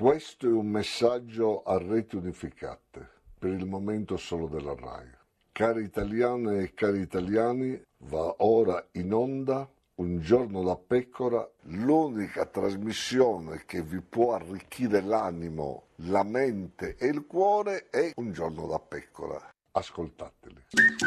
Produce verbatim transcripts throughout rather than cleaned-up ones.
Questo è un messaggio a reti unificate, per il momento solo della RAI. Cari italiane e cari italiani, va ora in onda Un giorno da pecora, l'unica trasmissione che vi può arricchire l'animo, la mente e il cuore è Un giorno da pecora. Ascoltateli.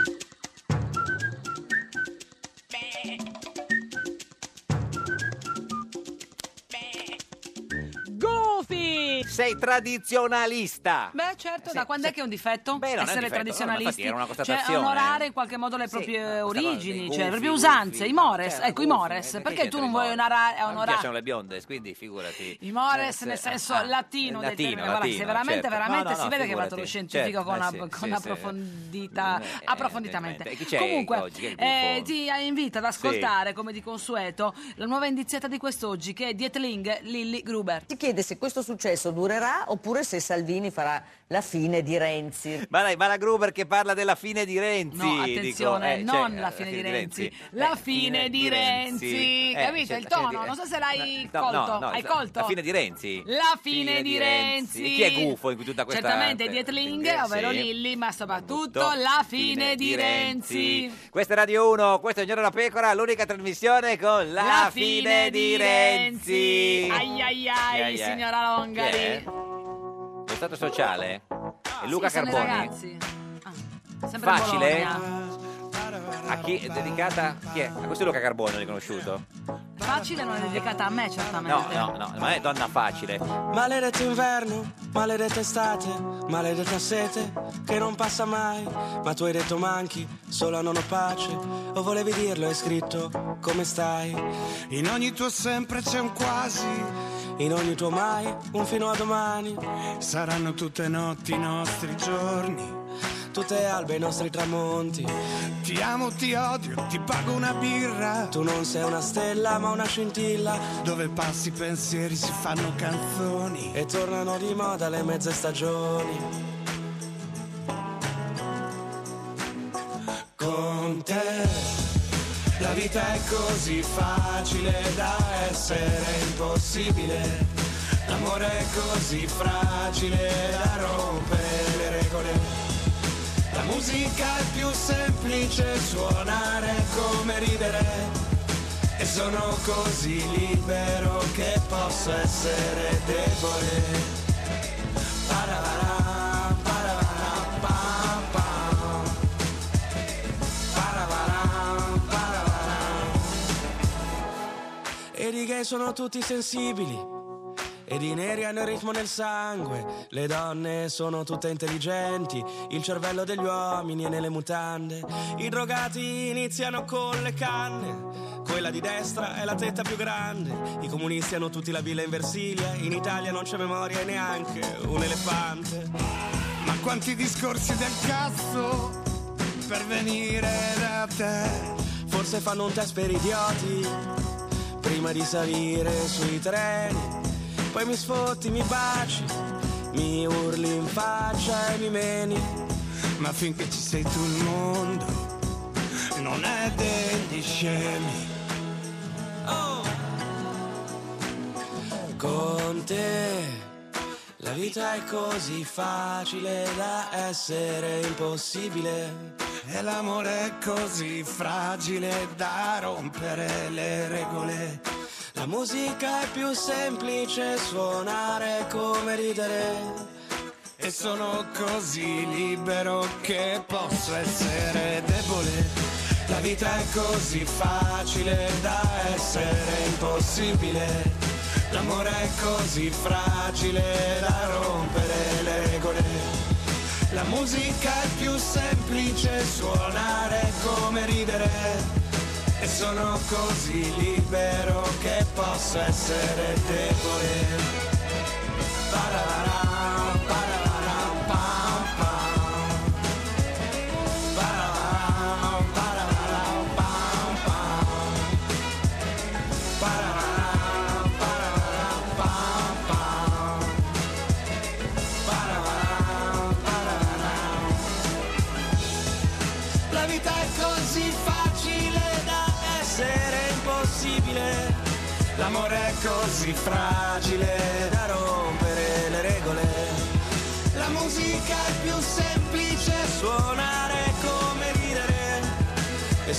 Sei tradizionalista. Beh, certo, Sì, da quando sì. è che è un difetto? Beh, non è un Essere difetto, tradizionalisti? infatti era una Cioè, constatazione. onorare in qualche modo le Sì, proprie ma questa cosa origini, dei cioè gufi, le proprie gufi, usanze, i mores, certo, ecco, i gufi, mores. perché Perché tu c'entra non i vuoi mores? onorare, A me onorare piacciono le bionde, quindi figurati. i mores Eh, nel sì, senso ah, latino del latino, termine? Guarda, latino, sei veramente, certo. veramente, No, no, si no, vede che hai fatto figurati. lo scientifico Certo, con, eh, la- sì, con sì, approfondita, sì. Eh, approfonditamente. evidentemente. Chi c'è Comunque, oggi? Che è il eh, gufo? ti invito ad ascoltare, come di consueto, la nuova indiziata di quest'oggi, che è Dietling Lilly Gruber. Si chiede se questo successo durerà oppure se Salvini farà la fine di Renzi. Ma, dai, ma la Gruber che parla della fine di Renzi. No, attenzione, dico, eh, non cioè, la fine di Renzi, la la fine di Renzi, Eh, capito cioè, il la fine tono? di- Non so se l'hai no, colto, no, no, hai la- colto? La fine di Renzi? La fine di Renzi. E chi è gufo in tutta questa... Certamente Dietling, Sì. ovvero Lilly, ma soprattutto la fine di Renzi. Questa è Radio uno, questo è Un giorno da pecora, l'unica trasmissione con la, La fine di Renzi. Ai ai ai, ai, ai. signora Longari. Chi è? Lo Stato sociale? È Luca Sì, sono i Carboni. ragazzi. Ah, sempre Facile? Bologna. A chi è dedicata? Chi è? A questo è Luca Carboni, l'hai conosciuto? Facile non è dedicata a me, certamente. No, no, no, ma è donna facile. Maledetto inverno, maledetta estate, maledetta sete che non passa mai. Ma tu hai detto manchi, solo non ho pace. O volevi dirlo, hai scritto come stai. In ogni tuo sempre c'è un quasi, in ogni tuo mai un fino a domani. Saranno tutte notti i nostri giorni, tutte albe i nostri tramonti. Ti amo, ti odio, ti pago una birra. Tu non sei una stella ma una scintilla. Dove passi i pensieri si fanno canzoni e tornano di moda le mezze stagioni. Con te la vita è così facile da essere impossibile. L'amore è così fragile da rompere le regole. La musica è più semplice, suonare come ridere. E sono così libero che posso essere debole. Paravarà, paravarà, pam, pam. Paravarà, paravarà. Ed i gay sono tutti sensibili ed i neri hanno il ritmo nel sangue. Le donne sono tutte intelligenti, il cervello degli uomini è nelle mutande. I drogati iniziano con le canne, quella di destra è la tetta più grande. I comunisti hanno tutti la villa in Versilia, in Italia non c'è memoria e neanche un elefante. Ma quanti discorsi del cazzo per venire da te. Forse fanno un test per idioti prima di salire sui treni. Poi mi sfotti, mi baci, mi urli in faccia e mi meni. Ma finché ci sei tu il mondo non è degli scemi. Oh. Con te la vita è così facile da essere impossibile. E l'amore è così fragile da rompere le regole. La musica è più semplice, suonare come ridere. E sono così libero che posso essere debole. La vita è così facile da essere impossibile. L'amore è così fragile da rompere le regole. La musica è più semplice, suonare come ridere. E sono così libero che posso essere debole. Paravarà, paravarà, pam, pam. Paravarà, paravarà, pam, pam. Paravarà, paravarà, pam, pam. Paravarà, paravarà. La vita è così facile da essere impossibile. L'amore è così fragile da rompere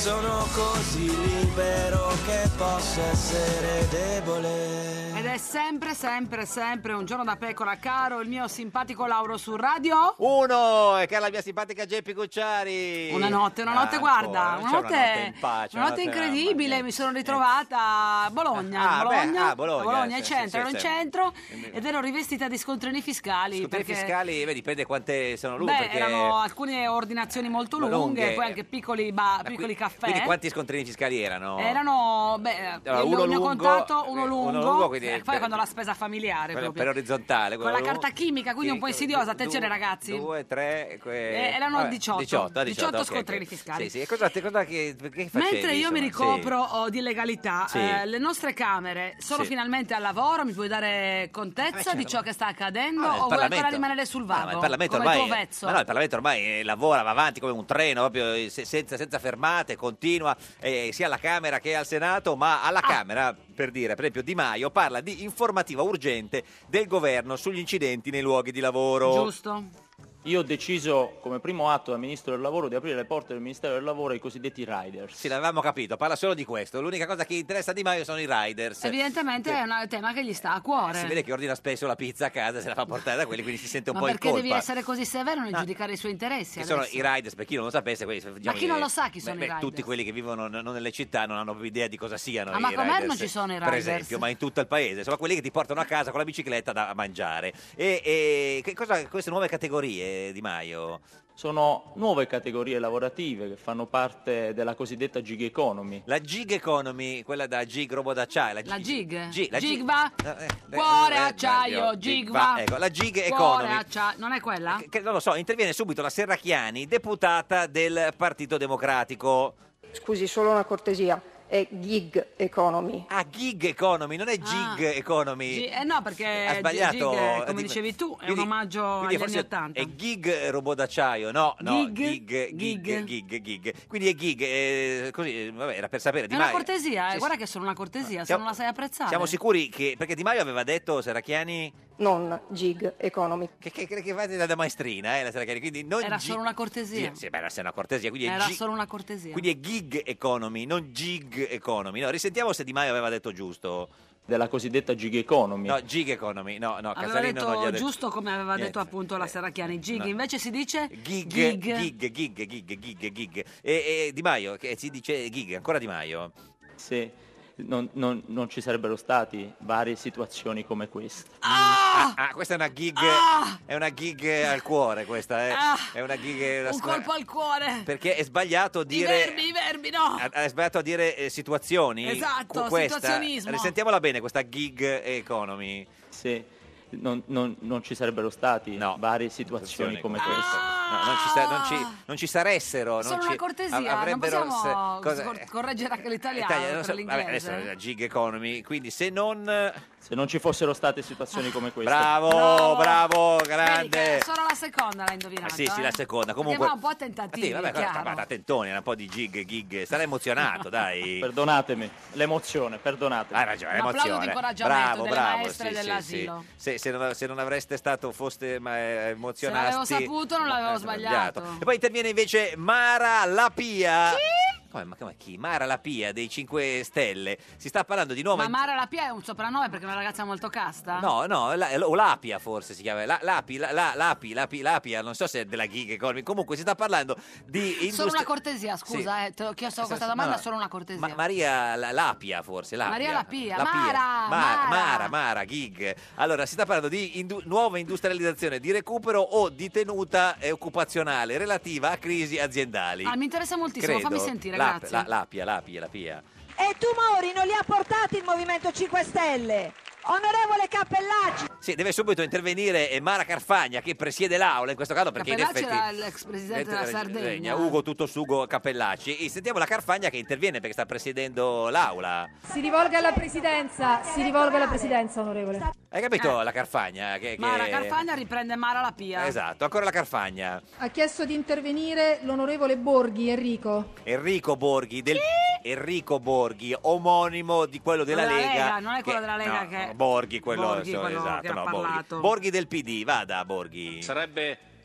sono così libero che posso essere debole. Ed è sempre, sempre, sempre un giorno da pecora, caro il mio simpatico Lauro su radio. Uno, e che è la mia simpatica Geppi Cucciari. Una notte, una notte, Ah, guarda, ancora, una non notte, c'è una notte in pace, una notte incredibile, mi sono ritrovata a Bologna, Ah, Bologna, beh, ah, Bologna, a Bologna, sì, in sì, centro, sì, ero in sì. centro ed ero rivestita di scontrini fiscali. Scontrini perché, fiscali, beh, dipende quante sono lunghe. beh, perché... erano alcune ordinazioni molto Ma lunghe, lunghe. poi anche piccoli, ba- Ma qui- piccoli caffè. Quindi quanti scontrini fiscali erano? Erano, beh, Allora, io uno ne ho lungo, contato uno eh, lungo, uno lungo, quindi eh, per- poi quando la spesa familiare Quello proprio. per orizzontale. Con quello la lungo. carta chimica, quindi un po' insidiosa, attenzione due, ragazzi. Due, tre... que- Eh, erano vabbè, diciotto, diciotto, ah, diciotto ok, scontrini ok. fiscali. Sì, sì, e cosa, cosa che, che facevi? Mentre io mi insomma? ricopro oh, di legalità, Sì. eh, le nostre Camere sono Sì. finalmente al lavoro, mi puoi dare contezza Eh, certo. di ciò che sta accadendo Ah, il o vuoi ancora Parlamento- rimanere sul Ma no, vago? ma il Parlamento come ormai, il tuo vezzo? ma no, il Parlamento ormai eh, lavora, va avanti come un treno, proprio eh, se- senza, senza fermate, continua eh, sia alla Camera che al Senato, ma alla Ah. Camera, per dire, per esempio Di Maio parla di informativa urgente del governo sugli incidenti nei luoghi di lavoro. Giusto. Io ho deciso, come primo atto da Ministro del Lavoro, di aprire le porte del Ministero del Lavoro ai cosiddetti riders. Sì, l'avevamo capito, parla solo di questo. L'unica cosa che interessa a Di Maio sono i riders. Evidentemente è un tema che gli sta a cuore. Si vede che ordina spesso la pizza a casa e se la fa portare da quelli, quindi si sente un Ma po' in perché colpa. devi essere così severo nel Ah. giudicare i suoi interessi? Che sono adesso? i riders, per chi non lo sapesse, quelli, diciamo, chi non che- lo sa chi sono beh, i beh, riders? Tutti quelli che vivono n- non nelle città non hanno proprio idea di cosa siano Ah, i ma com'è riders. non ci sono i Per riders? esempio, ma in tutto il paese, insomma quelli che ti portano a casa con la bicicletta da mangiare. E, e che cosa queste nuove categorie, Di Maio? Sono nuove categorie lavorative che fanno parte della cosiddetta gig economy. La gig economy, quella da gig robo d'acciaio. La gig? Gi- la Gig gig- va? Eh, eh, Cuore eh, acciaio, eh, gig va. Ecco, la gig Cuore economy. acciaio. Non è quella? Che, che non lo so, interviene subito la Serracchiani, deputata del Partito Democratico. Scusi, solo una cortesia, è gig economy. Ah, gig economy, non è gig Ah. economy. Gi- eh no, perché ha sbagliato. gig, eh, come Di- dicevi tu, è quindi- un omaggio quindi agli forse anni Ottanta. È gig robot d'acciaio, no, no, Gig? gig, gig, Gig. gig, gig. Quindi è gig, eh, così, eh, vabbè, era per sapere. Di È una Maio- cortesia, eh, Sì, guarda sì. che sono una cortesia, se Siamo- non la sai apprezzare. Siamo sicuri che, perché Di Maio aveva detto, Serracchiani, Non gig economy. che, che, che, che va da maestrina, eh, la Serracchiani, quindi non Era gi- solo una cortesia. Sì, sì, beh, era una cortesia, quindi è Era gi- solo una cortesia. Quindi è gig economy, non gig economy. No, risentiamo se Di Maio aveva detto giusto. Della cosiddetta gig economy. No, gig economy, no, no, Aveva Casalino non gli detto ha detto. giusto come aveva Niente. detto appunto la Serracchiani. Gig, No. invece si dice Gig, gig. gig, gig, gig, gig, gig. E, e Di Maio, che si dice gig, ancora Di Maio. Se non, non- non ci sarebbero stati varie situazioni come questa. Ah! Ah, questa è una gig, Ah! è una gig al cuore, questa è, Ah! è una gig... è una Un squa- colpo al cuore. Perché è sbagliato I dire... verbi, i verbi, no. ha- È sbagliato a dire eh, situazioni. Esatto, Cu- questa- situazionismo. Risentiamola bene, questa gig economy. Se non, non- non ci sarebbero stati No. varie situazioni come Ah! questa. No, non, ci sa- non ci- non ci saressero. non Solo ci- una cortesia, av- non avrebbero possiamo se- cosa- cor- correggere anche l'italiano Italia- non per so- vabbè, l'inglese. adesso la gig economy, quindi se non... Se non ci fossero state situazioni come questa. Bravo, Bravo. bravo, Vedi che grande. è solo la seconda l'ha indovinato. Ah, sì, sì, eh? la seconda. Perché Comunque... va un po' a tentativi, Sì, vabbè, è chiaro. guarda, attentoni, era un po' di gig, gig. Sarà emozionato, dai. Perdonatemi, l'emozione, perdonatemi. Hai ragione, Un applauso l'emozione. di incoraggiamento Bravo, delle bravo. maestre sì, sì, dell'asilo. sì. Se, se non, se non avreste stato, foste ma, eh, emozionati. l'avevo saputo, non l'avevo eh, sbagliato. E poi interviene invece Mara Lapia. Come, ma come chi? Mara Lapia dei cinque Stelle. Si sta parlando di nuova... Ma Mara Lapia è un soprannome perché è una ragazza molto casta? No, no, la, o Lapia forse si chiama. La, Lapi, la, la, Lapi, Lapi, Lapia, non so se è della gig economy. Comunque si sta parlando di industria... Solo una cortesia, scusa, Sì. eh, te ho chiesto Eh, questa no, domanda, no. solo una cortesia. Ma- Maria La- Lapia forse Lapia. Maria Lapia, Lapia. Mara, Mara, Mara. Mara, Mara, gig. Allora si sta parlando di indu- nuova industrializzazione, di recupero o di tenuta eh, occupazionale relativa a crisi aziendali. Ah, mi interessa moltissimo, Credo. fammi sentire, Lap- grazie. la- Lapia, Lapia, Lapia. E tumori non li ha portati il Movimento cinque Stelle. Onorevole Cappellacci. Sì, deve subito intervenire eh, Mara Carfagna che presiede l'aula in questo caso perché in Cappellacci effetti era l'ex presidente della Sardegna. Ugo Tuttosugo Cappellacci. E sentiamo la Carfagna che interviene perché sta presiedendo l'aula. Si rivolga alla presidenza, si rivolga alla presidenza, onorevole. Hai capito Eh. la Carfagna? Che, che- Mara Carfagna riprende Mara Lapia. Esatto, ancora la Carfagna. Ha chiesto di intervenire l'onorevole Borghi, Enrico. Enrico Borghi del Enrico Borghi, omonimo di quello della Della Lega. Lega, non è quello che- della Lega no, che- no, Borghi, quello, Borghi, so, quello esatto, che ha no, Borghi. parlato. Borghi del P D, vada Borghi. Sarebbe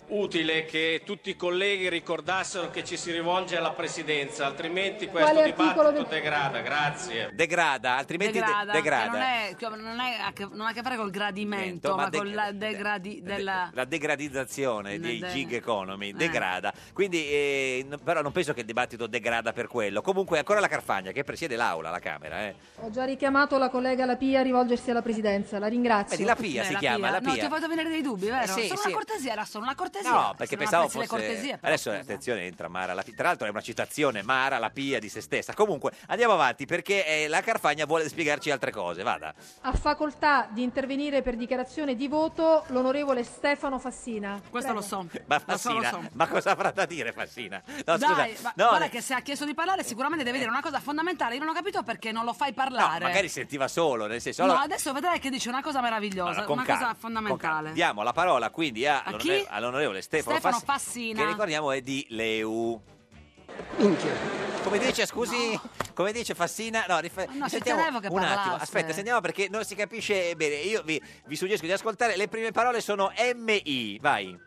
utile che tutti i colleghi ricordassero che ci si rivolge alla Presidenza, altrimenti questo Quale articolo dibattito del- degrada. Grazie. Degrada, altrimenti de- Degrada, degrada. che non, è, che non, è a che, non ha a che fare col gradimento, ma ma, de- con la degradi della... La degradizzazione dei de- gig economy Eh. degrada, quindi eh, n- però non penso che il dibattito degrada per quello. Comunque ancora la Carfagna che presiede l'aula, la Camera. Eh. Ho già richiamato la collega La Pia a rivolgersi alla Presidenza, la ringrazio. Vedi, la Pia si Eh, la chiama, la No, Pia. ti ho fatto venire dei dubbi, vero? Eh, sì, solo sì. una cortesia, era solo una cortesia. No, perché Se non pensavo apprezzi fosse... le cortesie, però, Adesso scusa. attenzione, entra Mara La Pia. Tra l'altro è una citazione, Mara La Pia di se stessa. Comunque andiamo avanti perché eh, la Carfagna vuole spiegarci altre cose, vada. Ha facoltà di intervenire per dichiarazione di voto l'onorevole Stefano Fassina. Questo Prego. lo so. Ma Lo so, lo Fassina, so. ma cosa avrà da dire Fassina? No, scusa, Dai, ma no, guarda ne- che se ha chiesto di parlare sicuramente deve dire una cosa fondamentale. Io non ho capito perché non lo fai no, parlare. magari sentiva solo, nel senso... No, allora- adesso vedrai che dice una cosa meravigliosa, Allora, con una calma, cosa con calma. fondamentale. Diamo la parola quindi a- A all'onore- chi? all'onorevole Stefano, Stefano Fass- Fassina. che ricordiamo è di Leu. Come dice, scusi, come dice Fassina? No, rif- No, ci sentiamo tenevo che un attimo. parlasse. Aspetta, sentiamo perché non si capisce bene. Io vi, vi suggerisco di ascoltare. Le prime parole sono M I. Vai.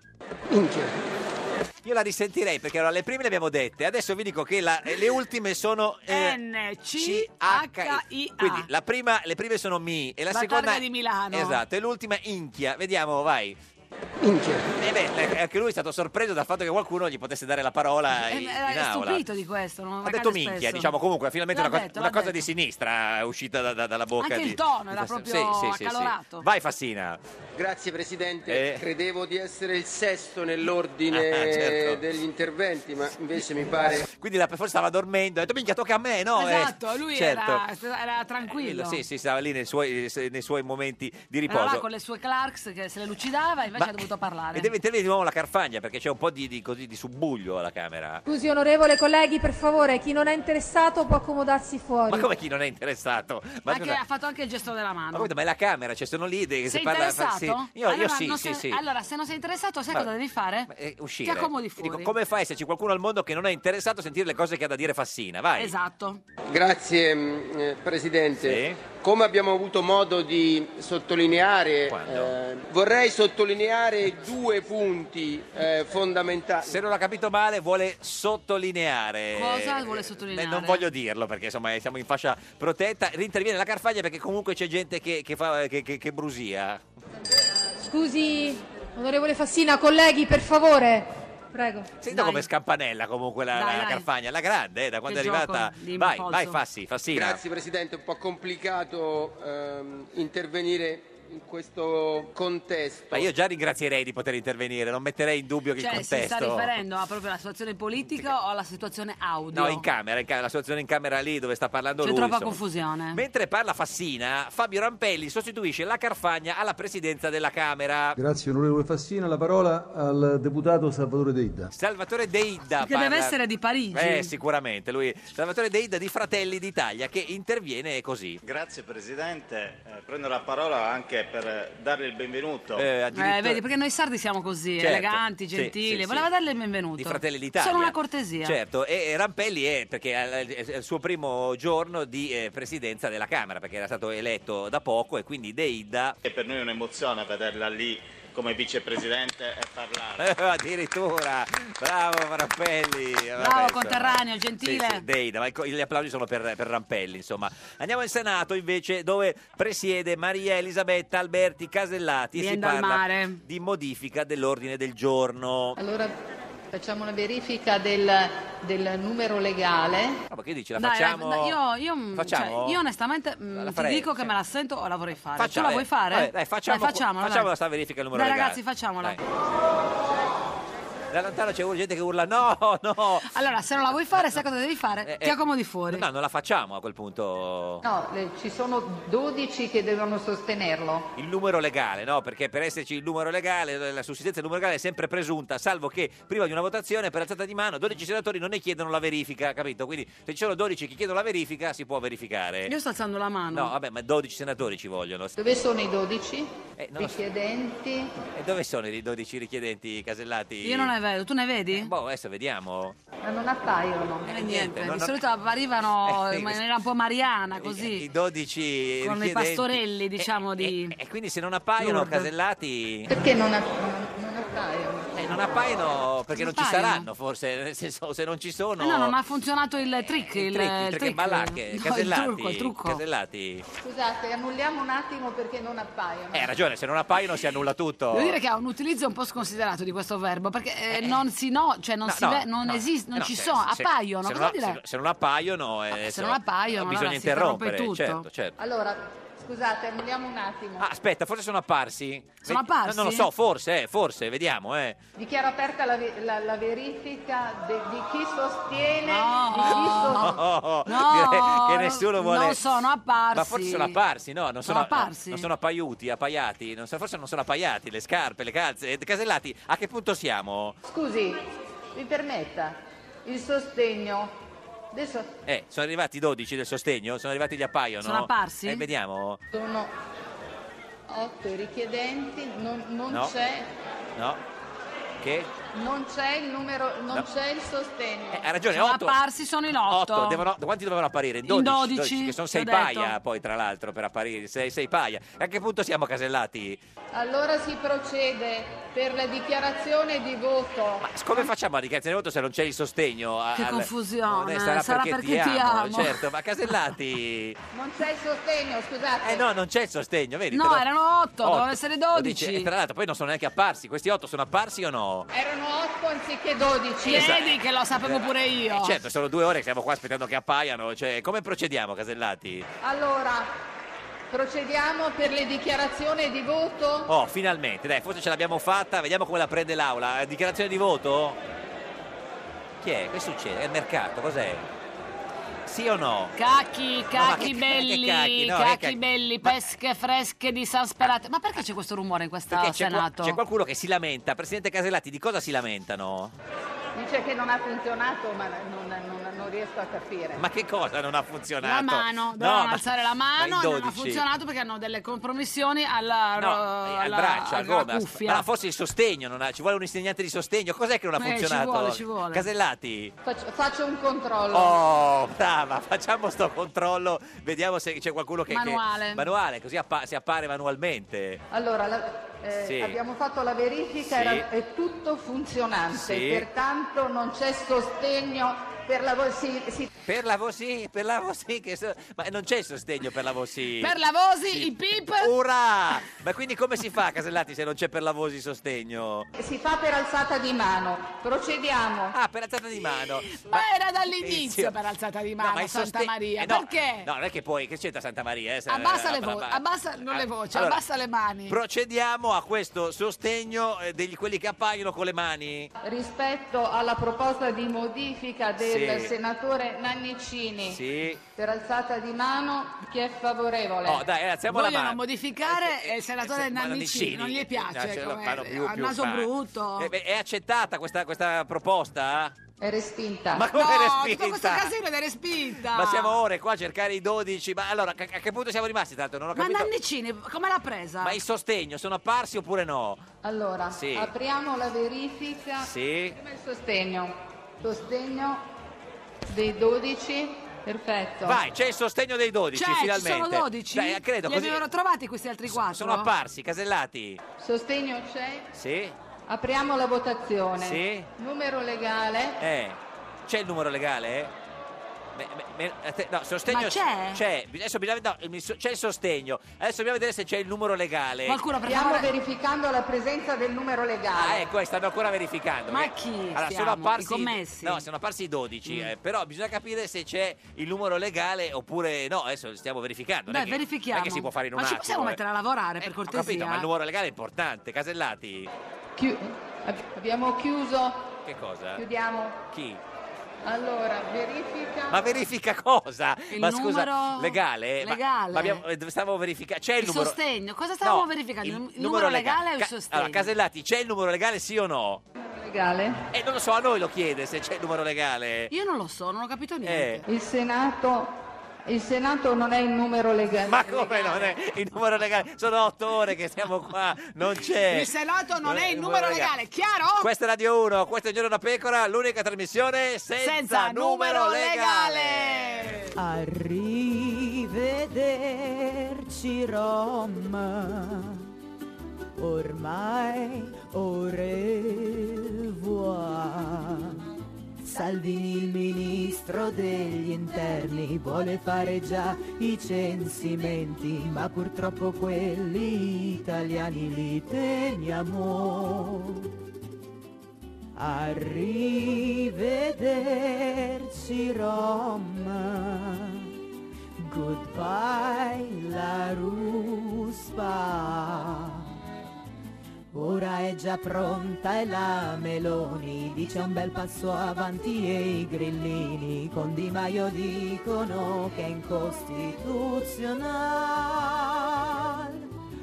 Io la risentirei perché allora le prime le abbiamo dette. Adesso vi dico che la- le ultime sono eh, N C H I A. Quindi la prima, le prime sono mi e la, La seconda targa di Milano. Esatto, e l'ultima Inchia. Vediamo, vai. E beh, anche lui è stato sorpreso dal fatto che qualcuno gli potesse dare la parola in, Eh, in Era aula. stupito di questo. Non Ha accade detto minchia, spesso. diciamo comunque, finalmente L'ha una, cosa, detto, una l'ha cosa detto. di sinistra uscita da- da- dalla bocca Anche di... il tono di era questo- proprio sì, sì, sì, sì. accalorato. Vai Fassina. Grazie Presidente, Eh. credevo di essere il sesto nell'ordine Ah, certo. degli interventi, ma invece mi pare... Quindi la, forse stava dormendo, ha detto minchia tocca a me, no? Eh, Esatto, lui certo. era, era tranquillo. Sì, sì, stava lì nei suoi, nei suoi momenti di Era là riposo. con le sue Clarks che se le lucidava, invece Ma- ha dovuto parlare. E deve intervenire di nuovo la Carfagna perché c'è un po' di, di, così, di subbuglio alla Camera. Scusi onorevole colleghi, per favore, chi non è interessato può accomodarsi fuori. Ma come chi non è interessato? Ma, Anche- scusa, ha fatto anche il gesto della ma, mano. guarda, ma è la Camera, cioè sono lì che Sei si parla. interessato? sì. Io, io allora, sì, non sì, sei- sì. allora, se non sei interessato, sai Ma- cosa devi fare? Eh, uscire. Ti accomodi E fuori. dico, come fai se c'è qualcuno al mondo che non è interessato a sentire le cose che ha da dire Fassina? Vai. Esatto. Grazie mh, eh, Presidente. Sì. Come abbiamo avuto modo di sottolineare, Quando? eh, vorrei sottolineare due punti eh, fondamentali. Se non ho capito male, vuole sottolineare. Cosa vuole sottolineare? Eh, non voglio dirlo perché insomma siamo in fascia protetta. Rinterviene la Carfagna perché comunque c'è gente che, che fa, che, che, che brusia. Scusi onorevole Fassina, colleghi, per favore. Prego. Senta come scampanella comunque la, Dai, la- la dai. Carfagna, la grande, eh, da quando è Che arrivata. gioco di Vai, impolso. vai Fassi, Fassina. Grazie Presidente, è un po' complicato ehm, intervenire in questo contesto. Ma io già ringrazierei di poter intervenire, non metterei in dubbio che Cioè, il si sta contesto. riferendo a proprio alla situazione politica o alla situazione audio? No, in camera, in camera, la situazione in camera lì dove sta parlando C'è lui. troppa insomma. confusione. Mentre parla Fassina, Fabio Rampelli sostituisce la Carfagna alla presidenza della Camera. Grazie onorevole Fassina, la parola al deputato Salvatore Deidda. Salvatore Deidda Che parla- deve essere di Parigi. Eh, sicuramente, lui Salvatore Deidda di Fratelli d'Italia che interviene così. Grazie Presidente, Eh, prendo la parola anche per darle il benvenuto. Eh, Eh, vedi, perché noi sardi siamo così, Certo, eleganti, sì, gentili. sì, Voleva sì. darle il benvenuto. Di Fratelli d'Italia. Solo una cortesia. Certo, e Rampelli è perché è è il suo primo giorno di eh, presidenza della Camera, perché era stato eletto da poco e quindi Deidda E per noi è un'emozione vederla lì come vicepresidente e parlare. Eh, addirittura, bravo Rampelli. Bravo, conterraneo, gentile. Sì, sì, Deida, ma i co- gli applausi sono per, per Rampelli, insomma. Andiamo in Senato invece dove presiede Maria Elisabetta Alberti Casellati e si Viene dal parla mare. di modifica dell'ordine del giorno. Allora facciamo una verifica del, del numero legale. No, ma che dici, la Dai, facciamo? dai, io, io, mm, Facciamo? cioè, io onestamente mm, La ti farei, dico che sì. me la sento o la vorrei fare. Faccia- Tu la vuoi fare? vabbè, dai, facciamo, Dai, facciamola, facciamo dai. sta verifica il numero Dai, legale. ragazzi, facciamola. Dai. Da lontano c'è gente che urla no, no. Allora, se non la vuoi fare, sai cosa devi fare? Eh, Ti eh, accomodi fuori. No, non la facciamo a quel punto. No, le- ci sono dodici che devono sostenerlo. Il numero legale, no? Perché per esserci il numero legale, la sussistenza del numero legale è sempre presunta, salvo che prima di una votazione per alzata di mano dodici senatori non ne chiedono la verifica, capito? Quindi se ci sono dodici che chiedono la verifica si può verificare. Io sto alzando la mano. No, vabbè, ma dodici senatori ci vogliono. Dove sono i dodici Eh, non lo so. richiedenti? E dove sono i dodici richiedenti Casellati? Io non ne vedo, tu ne vedi? Boh, adesso vediamo. Ma non appaiono. Eh, niente, non- di non- solito arrivano Eh, in maniera un po' mariana, così. I dodici Con i richiedenti. pastorelli, diciamo, di... E quindi se non appaiono Lourdes. Casellati... Perché non, app- non appaiono? Eh, non appaiono perché non, Non ci appaiono. saranno, forse, nel senso, se non ci sono... Eh no, non ha funzionato il trick, il, il trick, il il trick, trick. Malacche, No, Casellati, il trucco, il trucco. Casellati. Scusate, annulliamo un attimo perché non appaiono. Eh, hai ragione, se non appaiono si annulla tutto. Devo dire che ha un utilizzo un po' sconsiderato di questo verbo, perché eh, non si no, cioè non No, si no, ve- non no, esiste, non no, ci se- sono, se- appaiono. Se Cosa non, vuol dire? se- se non appaiono, eh, se so- non appaiono, bisogna allora si interrompe interrompere. tutto. Certo, certo. Allora, scusate, annulliamo un attimo. Ah, aspetta, forse sono apparsi? Sono Vedi- apparsi? No, non lo so, forse, eh, forse, vediamo, eh. Dichiaro aperta la, ve- la- la verifica de- di chi sostiene... No. di chi so- Oh, No, direi che nessuno vuole. non sono apparsi. Ma forse sono apparsi, no? Non sono, Sono apparsi? non sono appaiuti, appaiati. Non so, forse non sono appaiati, le scarpe, le calze. Eh, Casellati, a che punto siamo? Scusi, mi permetta, il sostegno... Adesso Eh, sono arrivati i dodici del sostegno? Sono arrivati gli appaiono? Sono apparsi? Eh, vediamo. sono otto i richiedenti, non, non No. c'è... No? Che? Non c'è il numero, non No. c'è il sostegno. Eh, ha ragione, Sono otto. apparsi, sono in otto. otto, devono, quanti dovevano apparire? In dodici, dodici, che sono ti sei ho detto. paia poi tra l'altro per apparire, sei, sei paia. A che punto siamo, Casellati? Allora si procede per la dichiarazione di voto. Ma come facciamo a dichiarazione di voto se non c'è il sostegno? a- Che al- confusione, Non è, sarà, sarà perché, perché ti, ti amo, amo. certo, ma Casellati... Non c'è il sostegno, scusate. Eh no, non c'è il sostegno, vedi? No, te lo- erano otto, Otto. dovevano essere Lo dodici. dice- E tra l'altro poi non sono neanche apparsi, questi otto sono apparsi o no? Erano otto anziché dodici. Vedi che lo sapevo pure io. Eh, certo, sono due ore che stiamo qua aspettando che appaiano, cioè come procediamo, Casellati? Allora, procediamo per le dichiarazioni di voto. Oh, finalmente, dai, forse ce l'abbiamo fatta, vediamo come la prende l'Aula. Eh, Dichiarazione di voto? Chi è? Che succede? È il mercato, cos'è? Sì o no? Cacchi, No, ma cacchi che- belli, che cacchi, no, che cacchi cacchi. belli, pesche fresche di San Sperato. Ma perché c'è questo rumore in questo Perché c'è, qua- Senato? c'è qualcuno che si lamenta. Presidente Casellati, di cosa si lamentano? Dice che non ha funzionato, ma non, non- non riesco a capire. Ma che cosa non ha funzionato? La mano, No, dovevano ma- alzare la ma in mano e non ha dodici. funzionato perché hanno delle compromissioni alla, No, alla- al braccio, al alla gomma. cuffia. Ma forse il sostegno, non ha- ci vuole un insegnante di sostegno. Cos'è che non ha Eh, ci funzionato? vuole, ci vuole. Casellati? Faccio, faccio un controllo. Oh, brava, facciamo sto controllo, vediamo se c'è qualcuno che... che- Manuale. manuale, così appa- si appare manualmente. Allora, la- eh, Sì. abbiamo fatto la verifica, Sì. era- è tutto funzionante, Sì. pertanto non c'è sostegno per la vo- si- si- Per la Vosì, per la Vosì, che so- ma non c'è il sostegno per la Vosì. Per la Vosi, Sì. i pip. Urà! Ma quindi come si fa, Casellati, se non c'è per la Vosi sostegno? si fa per alzata di mano. Procediamo. Ah, per alzata di mano. Ma era dall'inizio Inizio. per alzata di No, mano, ma il Santa soste- Maria. eh, no, Perché? No, non è che poi, che c'entra Santa Maria? Eh, se- Abbassa le eh, voci, abbassa non le voci, Allora, abbassa le mani. Procediamo a questo sostegno eh, degli quelli che appaiono con le mani. Rispetto alla proposta di modifica del Sì. senatore Nannicini, Sì. per alzata di mano, chi è favorevole? Oh, dai, alziamo la Vogliono mano. modificare e il senatore ma Nannicini, non gli No, piace, ce lo come- fanno più- ha il più naso male. brutto. Eh, beh, è accettata questa, questa proposta? È respinta. Ma come no, è tutto respinta? questo casino ed è respinta. Ma siamo ore qua a cercare i dodici. Ma allora, a a che punto siamo rimasti? Tanto non ho Ma capito. Nannicini, come l'ha presa? Ma il sostegno sono apparsi oppure no? Allora, Sì. apriamo la verifica. Sì. Prima il sostegno. Sostegno dei dodici. Perfetto. Vai, c'è il sostegno dei dodici, C'è, ci finalmente. sono dodici? Dai, credo Li così. avevano trovati questi altri quattro? Sono apparsi, Casellati. Sostegno c'è. Sì? Apriamo la votazione. Sì? Numero legale. Eh. C'è il numero legale? Me- me- me- a te- no, sostegno Ma c'è? C'è. Adesso bisogna, no, mi so- c'è il sostegno. Adesso dobbiamo vedere se c'è il numero legale. Qualcuno per Stiamo favore. verificando la presenza del numero legale. Ah, ecco, eh, stanno ancora verificando. Ma perché- chi Allora, sono stiamo? apparsi, I commessi? No, sono apparsi i dodici, Mm. eh, però bisogna capire se c'è il numero legale oppure no. Adesso stiamo verificando. non Dai, è che- verifichiamo. Non è che si può fare in un Ma ci attimo. possiamo eh. mettere a lavorare, per Ho cortesia? capito, ma il numero legale è importante. Casellati, Chiu- ab- abbiamo chiuso. che cosa? Chiudiamo. Chi? Allora, verifica. Ma verifica cosa? Il ma scusa, numero legale? Ma- legale. Ma, abbiamo, eh, stavo verificando. C'è il, Il numero. sostegno, cosa stavamo No, verificando? il Il, numero legale o il Ca- sostegno? Allora, Casellati, c'è il numero legale, sì o no? Legale. Eh, non lo so, a noi lo chiede se c'è il numero legale. Io non lo so, non ho capito Eh. niente. Il Senato. Il Senato non è il numero legale. Ma come non è il numero legale? Sono otto ore che siamo qua, non c'è. Il Senato non è il numero legale, chiaro? Questa è Radio uno, questo è Giorno da Pecora, l'unica trasmissione senza, Senza numero legale. Arrivederci Roma, ormai ore Salvini, il ministro degli interni, vuole fare già i censimenti, ma purtroppo quelli italiani li teniamo. Arrivederci Roma, goodbye la ruspa. Ora è già pronta e la Meloni dice un bel passo avanti e i grillini con Di Maio dicono che è incostituzionale.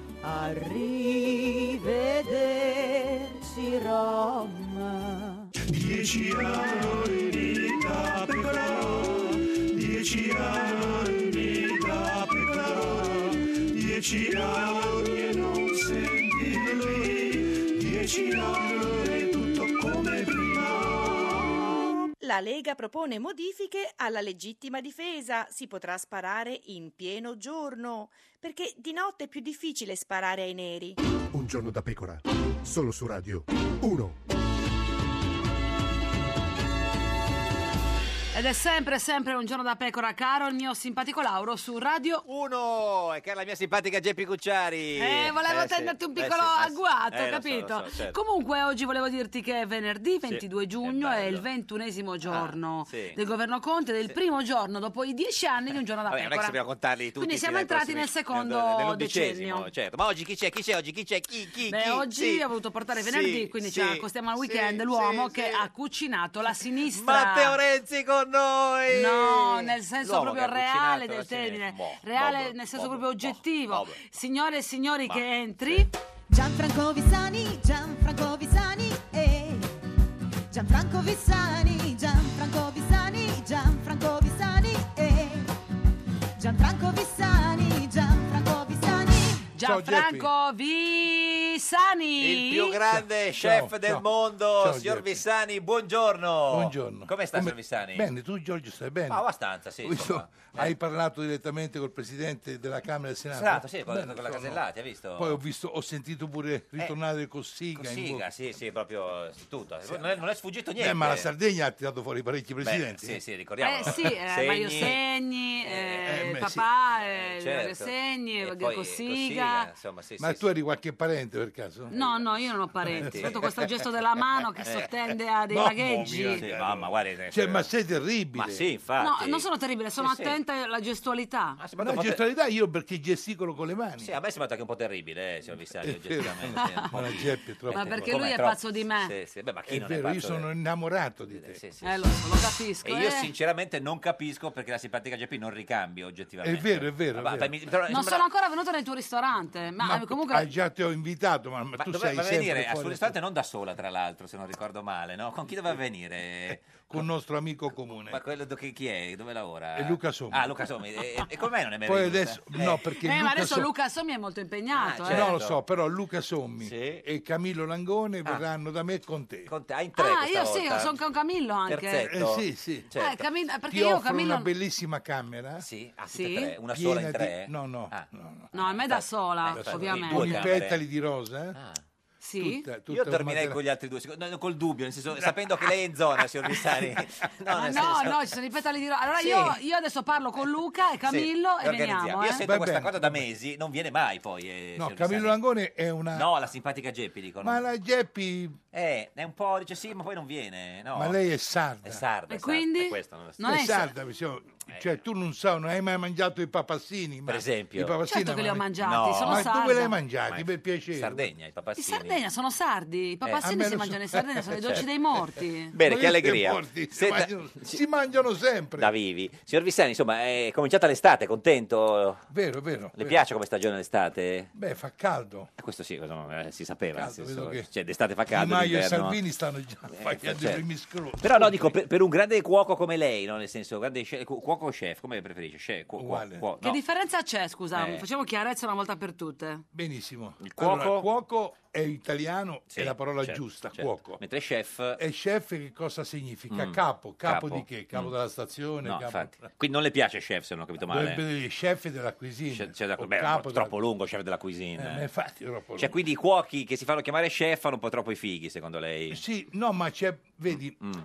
Arrivederci Roma. Dieci anni da pecora, dieci anni da pecora, dieci anni e non sentirli, dieci anni e tutto come prima. La Lega propone modifiche alla legittima difesa. Si potrà sparare in pieno giorno, perché di notte è più difficile sparare ai neri. Un giorno da pecora, solo su Radio uno. Ed è sempre, sempre un giorno da pecora, caro il mio simpatico Lauro su Radio uno. E che è la mia simpatica Geppi Cucciari. Eh, volevo Eh, sì. tenderti un Eh, piccolo sì. agguato, Eh, lo so, capito? lo so, certo. Comunque oggi volevo dirti che è venerdì ventidue Sì, giugno, è è, il bello. ventunesimo giorno Ah, sì. del governo Conte, del primo giorno dopo i dieci anni di un giorno da Vabbè, non è che pecora. dobbiamo contarli tutti. Quindi siamo fino ai entrati prossimi- nel secondo nel- nell'undicesimo, decennio. certo. Ma oggi chi c'è? Chi c'è oggi? Chi c'è? Chi? Chi? Beh, chi? oggi Sì. ho voluto portare venerdì, Sì, quindi sì, ci accostiamo al weekend, sì, l'uomo sì, che sì. ha cucinato la sinistra. Matteo Renzi con noi! No, nel senso L'uomo proprio che ha reale cucinato la del termine, sinistra. Boh, reale boh, nel senso boh, proprio boh, oggettivo. boh. Signore e signori, Ma- che entri. Gianfranco Vissani, Gianfranco Vissani, eh. Gianfranco Vissani, Gianfranco Vissani, Gianfranco Vissani, eh. Gianfranco Vissani, Gianfranco Vissani. Gianfranco Vissani. Il più grande chef Ciao, del ciao. mondo, Ciao, signor Geppi. Vissani, buongiorno. Buongiorno. Come sta, Come- signor Vissani? Bene, tu Giorgio stai bene? Ah, abbastanza, sì. Ho visto- insomma. hai parlato direttamente col presidente della Camera e del Senato? Senato, sì, con, Bene, con la no, no. Casellati, ha visto? Poi ho, visto, ho sentito pure ritornare Cossiga. in Cossiga, voce. sì, sì, proprio tutto. Non è, non è sfuggito niente. Eh, ma la Sardegna ha tirato fuori parecchi Beh, presidenti. sì, sì, ricordiamo. Eh sì, eh, Mario Segni, eh, Eh, il beh, papà, sì. eh, certo. Mario Segni, E eh, poi Cossiga. insomma, sì, Ma sì, tu eri qualche parente per caso? No, no, io non ho parenti. Eh, Sotto questo gesto della mano che Eh. sottende a dei Mamma lagheggi. mia. Sì, mamma, guarda. Cioè, ma sei terribile. Ma sì, infatti. No, non sono terribile, sono Sì, sì. attenta alla gestualità. Ma sì, Ma ma la dopo te- gestualità io perché gesticolo con le mani. Sì, a me sembra anche un po' terribile, eh, signor Vissani, È vero. oggettivamente. Ma la Geppi è troppo. Ma perché Come lui è troppo? pazzo di me. Sì, sì. Beh, ma chi È non vero, è io pazzo sono di- innamorato di te. Sì, sì, Eh, sì. lo so, lo capisco. E io eh. sinceramente non capisco perché la simpatica Geppi non ricambia oggettivamente. È vero, è vero, è Ma- vero. mi- però Non sembra- sono ancora venuto nel tuo ristorante, ma, Ma eh, comunque... ah, già ti ho invitato, ma, ma Ma tu doveva sei sempre venire al fuori suo ristorante non da sola, tra l'altro, se non ricordo male, no? Con chi doveva venire? con il nostro amico comune. Ma quello do- che- chi è? Dove lavora? È Luca Sommi. Ah, Luca Sommi. E, e come mai non è mai Poi venuto? adesso, Eh. no, perché Eh, ma Luca adesso Sommi- Luca Sommi è molto impegnato. Ah, eh. No, lo certo. so, però Luca Sommi Sì. e Camillo Langone verranno da me e con te. Con te, ah, in tre Ah, questa io sì, volta. sono con Camillo anche. Terzetto. Eh, sì, sì. Certo. Eh, Camillo- perché Ti io offro Camillo... una bellissima camera. Sì, ah, Sì? tutte e tre. Una piena sola in tre? di- No, no, Ah. no, no. No, a me da sola, Eh, ovviamente. due Con i camere. petali di rosa. eh? Ah. Sì? Tutta- tutta Io un dormirei matera- con gli altri due, secondo- no, col dubbio, nel senso, sapendo che lei è in zona, signor Vissani. No, Ah, nel no, senso- no, ci sono i petali di rosa. Allora Sì. io, io adesso parlo con Luca e Camillo Sì, e organizziamo. veniamo. Io eh. sento Va questa bene, cosa da mesi, non viene mai poi. eh, No, signor Camillo Vissani. Langone è una... No, la simpatica Geppi, dicono. Ma la Geppi... Eh, è un po', dice sì, ma poi non viene. No. Ma lei è sarda. È sarda. E è sarda, quindi? è questo, non lo so. Non è è sarda, diciamo, cioè tu non so, non hai mai mangiato i papassini, ma Per esempio. i papassini Certo che li ho ma- mangiati, No. sono Ma sarda. dove li hai mangiati, Ma per piacere? Sardegna, i In papazzini. Sardegna sono sardi, i papazzini a me si lo mangiano so. in Sardegna, sono i dolci dei morti. Bene, Ma che io sei allegria. morti, si, Senta- mangiano, si mangiano sempre. Da vivi. Signor Vissani, insomma, è cominciata l'estate, contento? Vero, vero. Le vero. piace come stagione l'estate? Beh, fa caldo. Eh, Questo sì, questo, eh, si sapeva. nel Caldo, senso, vedo che cioè, d'estate fa Di caldo, Maio e d'inverno- Salvini stanno già facendo certo. i primi scroti. Però no, dico, per, per un grande cuoco come lei, no? Nel senso, grande chef- cu- cuoco o chef, come preferisce? Chef, cu- cu- Uguale. cuo- Che no. differenza c'è, scusa? Eh. Facciamo chiarezza una volta per tutte. Benissimo. Il cuoco? Allora, cuoco è italiano, Sì, è la parola certo, giusta, certo. cuoco. Mentre chef... E chef che cosa significa? Mm. Capo. Capo, Capo. di che? Capo Mm. della stazione? No, capo... infatti. Quindi non le piace chef, se non ho capito male. Dovrebbe dire chef della cuisine. C'è- c'è da- o beh, capo della- troppo lungo, chef della cuisine. Eh, ma infatti è troppo Cioè, lungo. quindi i cuochi che si fanno chiamare chef fanno un po' troppo i fighi, secondo lei? Sì, no, ma c'è, vedi, Mm.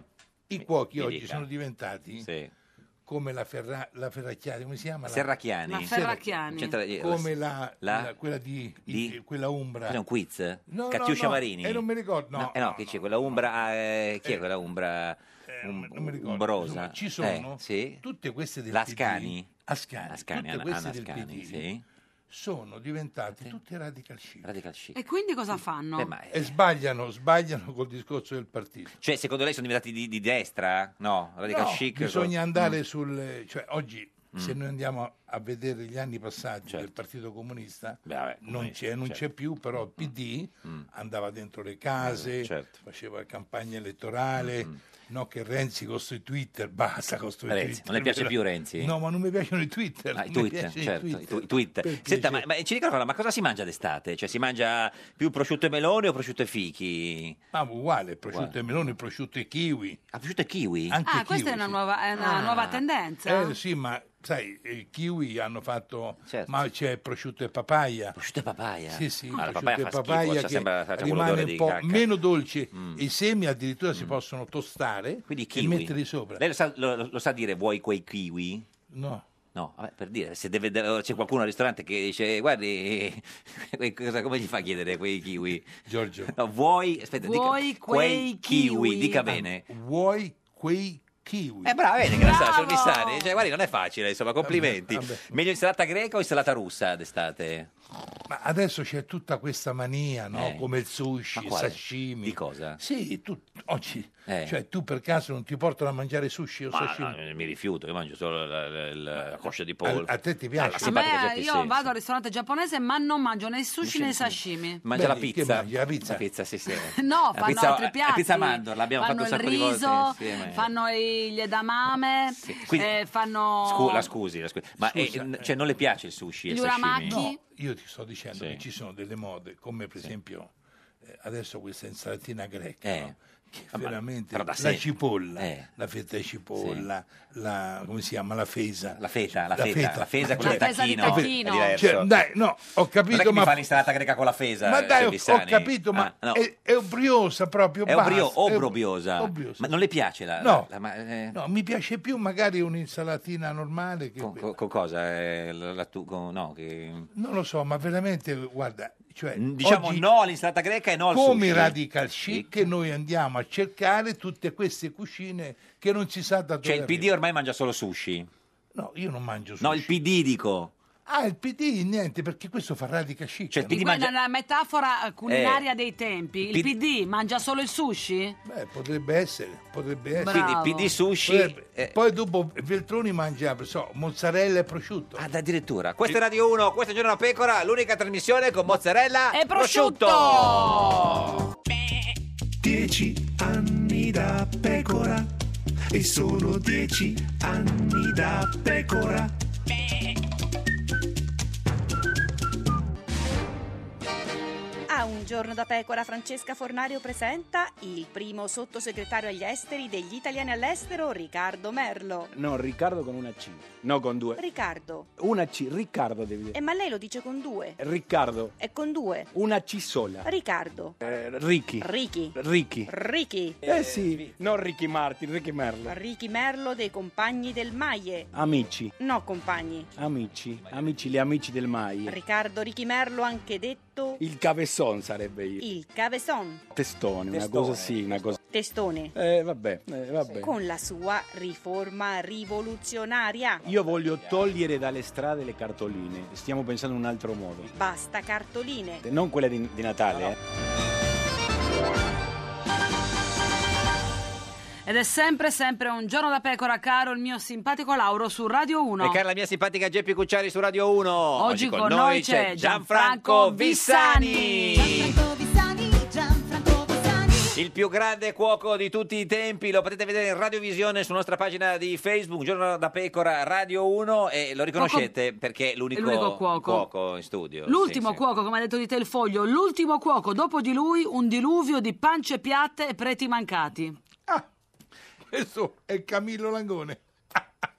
I cuochi mi oggi dica. sono diventati Sì. come la, Ferra, la Ferracchiani, come si chiama? La- Serracchiani. La Ferracchiani. C'entra- Come la, La- la- quella di, di- i- quella Umbra. Cos'è un quiz? No, Catiuscia no, no, Marini? e non mi ricordo, no, eh no, che c'è quella Umbra, eh, chi è quella Umbra? Um, non mi ricordo. Umbrosa. Insomma, ci sono Eh, sì? tutte queste del La P D, Ascani? Ascani, Ascani, tutte Anna- queste Anna del Ascani, P D sì. sono diventate tutte radical chic. Radical chic. E quindi cosa fanno? Beh, ma- E sbagliano, sbagliano col discorso del partito. Cioè, secondo lei sono diventati di, di destra? No, radical No, chic. bisogna co- andare Mm. sul... Cioè, oggi, se noi andiamo a vedere gli anni passati del Partito Comunista, Beh, vabbè, non, comunista, c'è, non certo. c'è più, però il P D andava dentro le case, Eh, certo. faceva campagna elettorale, no che Renzi con i Twitter, basta con i Renzi, Twitter. non le piace più Renzi? No, ma non mi piacciono i Twitter. Ah, i non mi Twitter, piacciono i certo, i Twitter. tu- i Twitter. Per Senta, ma, piacere. ma ci dica una cosa, ma cosa si mangia d'estate? Cioè, si mangia più prosciutto e melone o prosciutto e fichi? Ma uguale, prosciutto Uguale. e melone, prosciutto e kiwi. Ah, prosciutto e kiwi? Anche Ah, questa kiwi, è una sì. nuova, è una Ah. nuova tendenza? Eh sì, ma sai, i kiwi hanno fatto, Certo. ma c'è prosciutto e papaya. Prosciutto e papaya? Sì, sì, Ah, la prosciutto papaya e fa schifo, papaya cioè, che sembra- c'ha rimane quell'odore un di po' cacca. meno dolce. Mm. I semi addirittura si possono tostare Quindi e kiwi. metterli sopra. Lei lo sa, lo- lo sa dire vuoi quei kiwi? No. No, vabbè, per dire, se deve, c'è qualcuno al ristorante che dice, guardi, cosa- come gli fa a chiedere quei kiwi? Giorgio. No, vuoi, aspetta, Vuoi dica, quei kiwi? dica bene. Vuoi quei kiwi? Eh bravo, vedi che la sa Bravo! sul Vissani. Cioè, guardi, non è facile, insomma, complimenti. Vabbè, vabbè. Meglio insalata greca o insalata russa d'estate? Ma adesso c'è tutta questa mania, no? Eh. Come il sushi, Ma il quale? sashimi. Di cosa? Sì, tu oggi, Eh. cioè tu per caso non ti portano a mangiare sushi o Ma sashimi? no, mi rifiuto, io mangio solo la, la- la- la coscia di pollo. A, a te ti Ah, piace? la A simpatica me, Geppi, io sì, vado al ristorante giapponese ma non mangio né sushi né Sushi, sashimi. Mangia la Vedi, che pizza. mangi, la pizza? La pizza, sì, sì. No, La fanno pizza- altri piatti. La pizza mandorla, l'abbiamo fanno fatto un sacco il di riso, volte insieme. fanno i- gli edamame, Quindi- eh, fanno Scu- la scusi, la scusi. Ma eh, Scusa, n- cioè, non le piace il sushi e Gli il sashimi? uramaki? No, io ti sto dicendo Sì. che ci sono delle mode, come per esempio eh, adesso questa insalatina greca, Eh. no? Che Ma- veramente però da la sé. cipolla, Eh. la fetta di cipolla, la come si chiama la fesa, La feta, la feta, la fesa con La il fesa di tacchino. tacchino. È diverso. Cioè, dai, no, ho non è capito, che mi ma, fa l'insalata greca con la fesa. ma eh, dai, signor ho, ho Vissani. capito, ma Ah, no. è, è obriosa proprio, È basta, obrio- è- obrobiosa. obriosa. Ma non le piace la... No. la- ma, eh, No, mi piace più magari un'insalatina normale che con, quella. con- con cosa? Eh, la- la tu- con- no, che... Non lo so, ma veramente, guarda, cioè, Diciamo oggi, no all'insalata greca e no al come sushi. radical chic, noi andiamo a cercare tutte queste cucine che non si sa da dove Cioè il P D arrivano. ormai mangia solo sushi. No, io non mangio sushi. No, il P D dico. Ah, il P D niente, perché questo fa radical chic. Cioè, il P D Di quella è la metafora culinaria Eh. dei tempi. Il P- P D mangia solo il sushi? Beh, potrebbe essere, potrebbe essere. Bravo. Quindi P D sushi... Potrebbe- eh, Poi dopo Veltroni mangia, non so, mozzarella e prosciutto. Ah, addirittura. Questa è Radio uno, questo è Giorno da Pecora, l'unica trasmissione con mozzarella E prosciutto! Dieci anni da pecora e solo dieci anni da pecora. A Un giorno da pecora, Francesca Fornario presenta il primo sottosegretario agli esteri degli italiani all'estero, Riccardo Merlo. No, Riccardo con una C, no con due. Riccardo. Una C, Riccardo devi dire. Eh, ma lei lo dice con due. Riccardo, È con due. una C sola. Riccardo. Eh, Ricky. Ricky. Ricky. Ricky. Eh sì, non Ricky Martin, Ricky Merlo. Ricky Merlo dei compagni del Maie. Amici, No, compagni. amici, amici, gli amici del Mai. Riccardo Ricky Merlo, anche detto Il cavezon sarebbe io. il cavezon. Testone, una Testone, cosa sì, una cosa. Testone. Eh, vabbè, eh, vabbè. Con la sua riforma rivoluzionaria. Io voglio togliere dalle strade le cartoline. Stiamo pensando in un altro modo. Basta cartoline. Non quelle di, di Natale, eh. Ed è sempre, sempre un giorno da pecora, caro il mio simpatico Lauro su Radio uno. E cara la mia simpatica Geppi Cucciari su Radio uno. Oggi con noi c'è Gianfranco Gianfranco Vissani. Vissani. Il più grande cuoco di tutti i tempi, lo potete vedere in radiovisione sulla nostra pagina di Facebook, Giorno da Pecora Radio uno, e lo riconoscete perché è l'unico, l'unico cuoco. in studio. L'ultimo Sì, sì. cuoco, come ha detto di te il foglio, l'ultimo cuoco, dopo di lui un diluvio di pance piatte e preti mancati. Questo è Camillo Langone.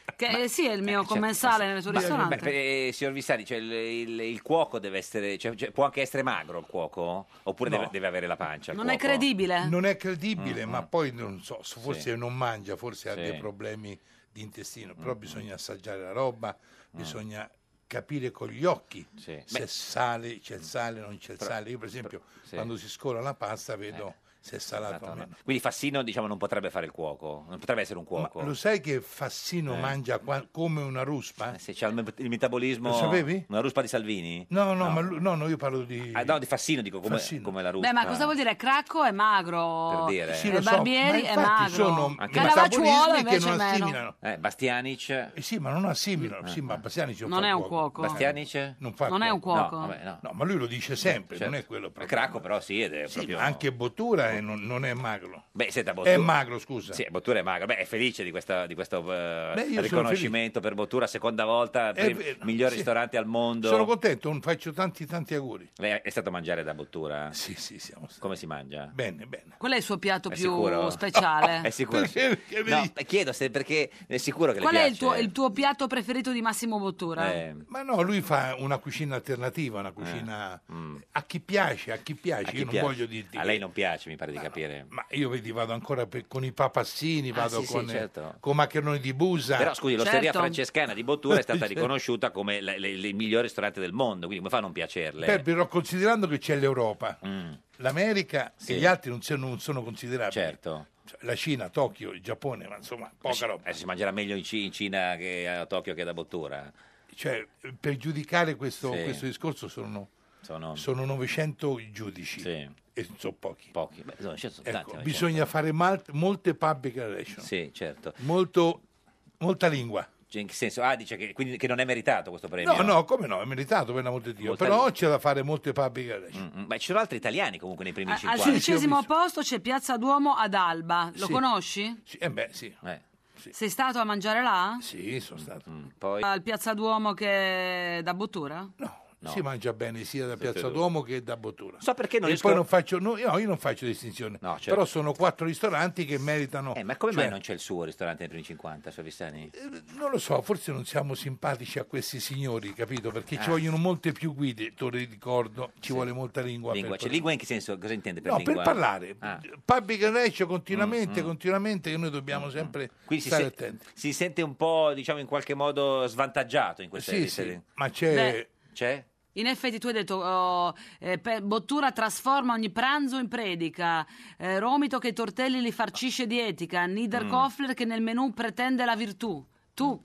Che eh, sì, è il mio commensale nel tuo Ma- ristorante. beh, eh, signor Vissani, cioè, il, il- il cuoco deve essere, cioè, cioè, può anche essere magro il cuoco? Oppure No. deve, deve avere la pancia? il Non è cuoco? credibile? Non è credibile, Mm, ma mm. poi non so, forse Sì. non mangia, forse ha Sì. dei problemi di intestino, però bisogna assaggiare la roba, bisogna capire con gli occhi Sì. se Beh. sale, c'è il sale, non c'è il Però- sale. Io per esempio sì. Eh. quando si scola la pasta vedo se è salato o meno. Quindi Fassino, diciamo, non potrebbe fare il cuoco, non potrebbe essere un cuoco. Lo sai che Fassino Eh. mangia qua- come una ruspa? Eh, se c'ha il, me- il metabolismo... Lo sapevi? Una ruspa di Salvini? No, no, ma lui- no, no, io parlo di... Ah, no, di Fassino, dico, come, Fassino. come la ruspa. Beh, ma cosa vuol dire? Cracco è magro. Per dire. Sì, Eh, lo so, Barbieri ma è infatti magro. sono Anche Cannavacciuolo metabolismi che invece non è meno. assimilano. Eh, Bastianic... Eh sì, ma non assimilano. Sì, ma Bastianic Non fa è il un cuoco. Bastianic? Non, fa Non è un cuoco. No, vabbè, no. No, ma lui lo dice sempre, Certo. non è quello. Il Cracco però sì, ed è Sì, proprio... ma anche Bottura è- non, non è magro. Beh, senta, Bottura... È magro, scusa. Sì, Bottura è magro. Beh, è felice di, questa, di questo eh, Beh, io sono riconoscimento per Bottura, seconda volta, È per vero, miglior sì. ristorante al mondo. Sono contento, non faccio tanti tanti auguri. Lei è stato a mangiare da Bottura? Sì, sì, siamo stati. Come si mangia? Bene, bene. Qual è il suo piatto È più sicuro? speciale? È sicuro? Perché- perché mi No, dici- chiedo se perché è sicuro che Qual le è piace. il tuo, il tuo piatto preferito di Massimo Bottura? Eh, Ma no, lui fa una cucina alternativa, una cucina a chi piace, a chi piace. a chi io non piace? voglio dirti A che- lei non piace, mi pare di capire. Ma io vedi, vado ancora per- con i papassini, Ah, vado sì, sì, con, certo. con maccheroni di Busa. Però scusi, l'osteria Certo. francescana di Bottura è stata Certo. riconosciuta come la- le- il miglior ristorante del mondo, quindi come fa a non piacerle? Beh, però considerando che c'è l'Europa, Mm, l'America Sì. e gli altri non sono, non sono considerabili. certo. Cioè, la Cina, Tokyo, il Giappone, ma insomma, poca roba. Eh, si mangerà meglio in, Ci- in Cina che a Tokyo che da Bottura. Cioè, per giudicare questo, Sì. questo discorso sono, Sono, sono novecento i giudici Sì. e sono pochi. pochi. Beh, sono, sono tanti, Ecco, ma bisogna fare mal- molte public relations, Sì, certo. molto, molta lingua. Cioè, in che senso? Ah, dice che, quindi, che non è meritato questo premio? No, no, come no, è meritato per l'amor di Dio. Molta Però lingua. c'è da fare molte public relations. Mm, mm. Beh, ci sono altri italiani comunque nei primi A- Al cinquanta. sedicesimo posto c'è Piazza Duomo ad Alba. Lo Sì. conosci? Sì, eh beh, sì. Eh, Sei stato a mangiare là? Sì, sono stato. mm, poi... Al Piazza Duomo che da Bottura? No, No. si mangia bene sia da Piazza credo. Duomo che da Bottura. So perché non e riesco- poi non faccio, no, no, io non faccio distinzione. No, certo. Però sono quattro ristoranti che meritano. Eh, ma come cioè, mai non c'è il suo ristorante nei primi cinquanta, Sir Vissani? eh, Non lo so, forse non siamo simpatici a questi signori, capito? Perché ci Ah. vogliono molte più guide, te lo ricordo, ci Sì. vuole molta lingua. Lingua. per Cioè, lingua in che senso? Cosa intende per No, lingua? per parlare. Ah. Public relation continuamente, Mm, mm. continuamente, che noi dobbiamo sempre Quindi si, stare se- attenti. si sente un po', diciamo, in qualche modo svantaggiato in queste Sì, liste. sì, ma c'è... Beh. C'è? In effetti tu hai detto oh, eh, pe- Bottura trasforma ogni pranzo in predica, eh, Romito che i tortelli li farcisce di etica, Niederkofler che nel menù pretende la virtù. Tu,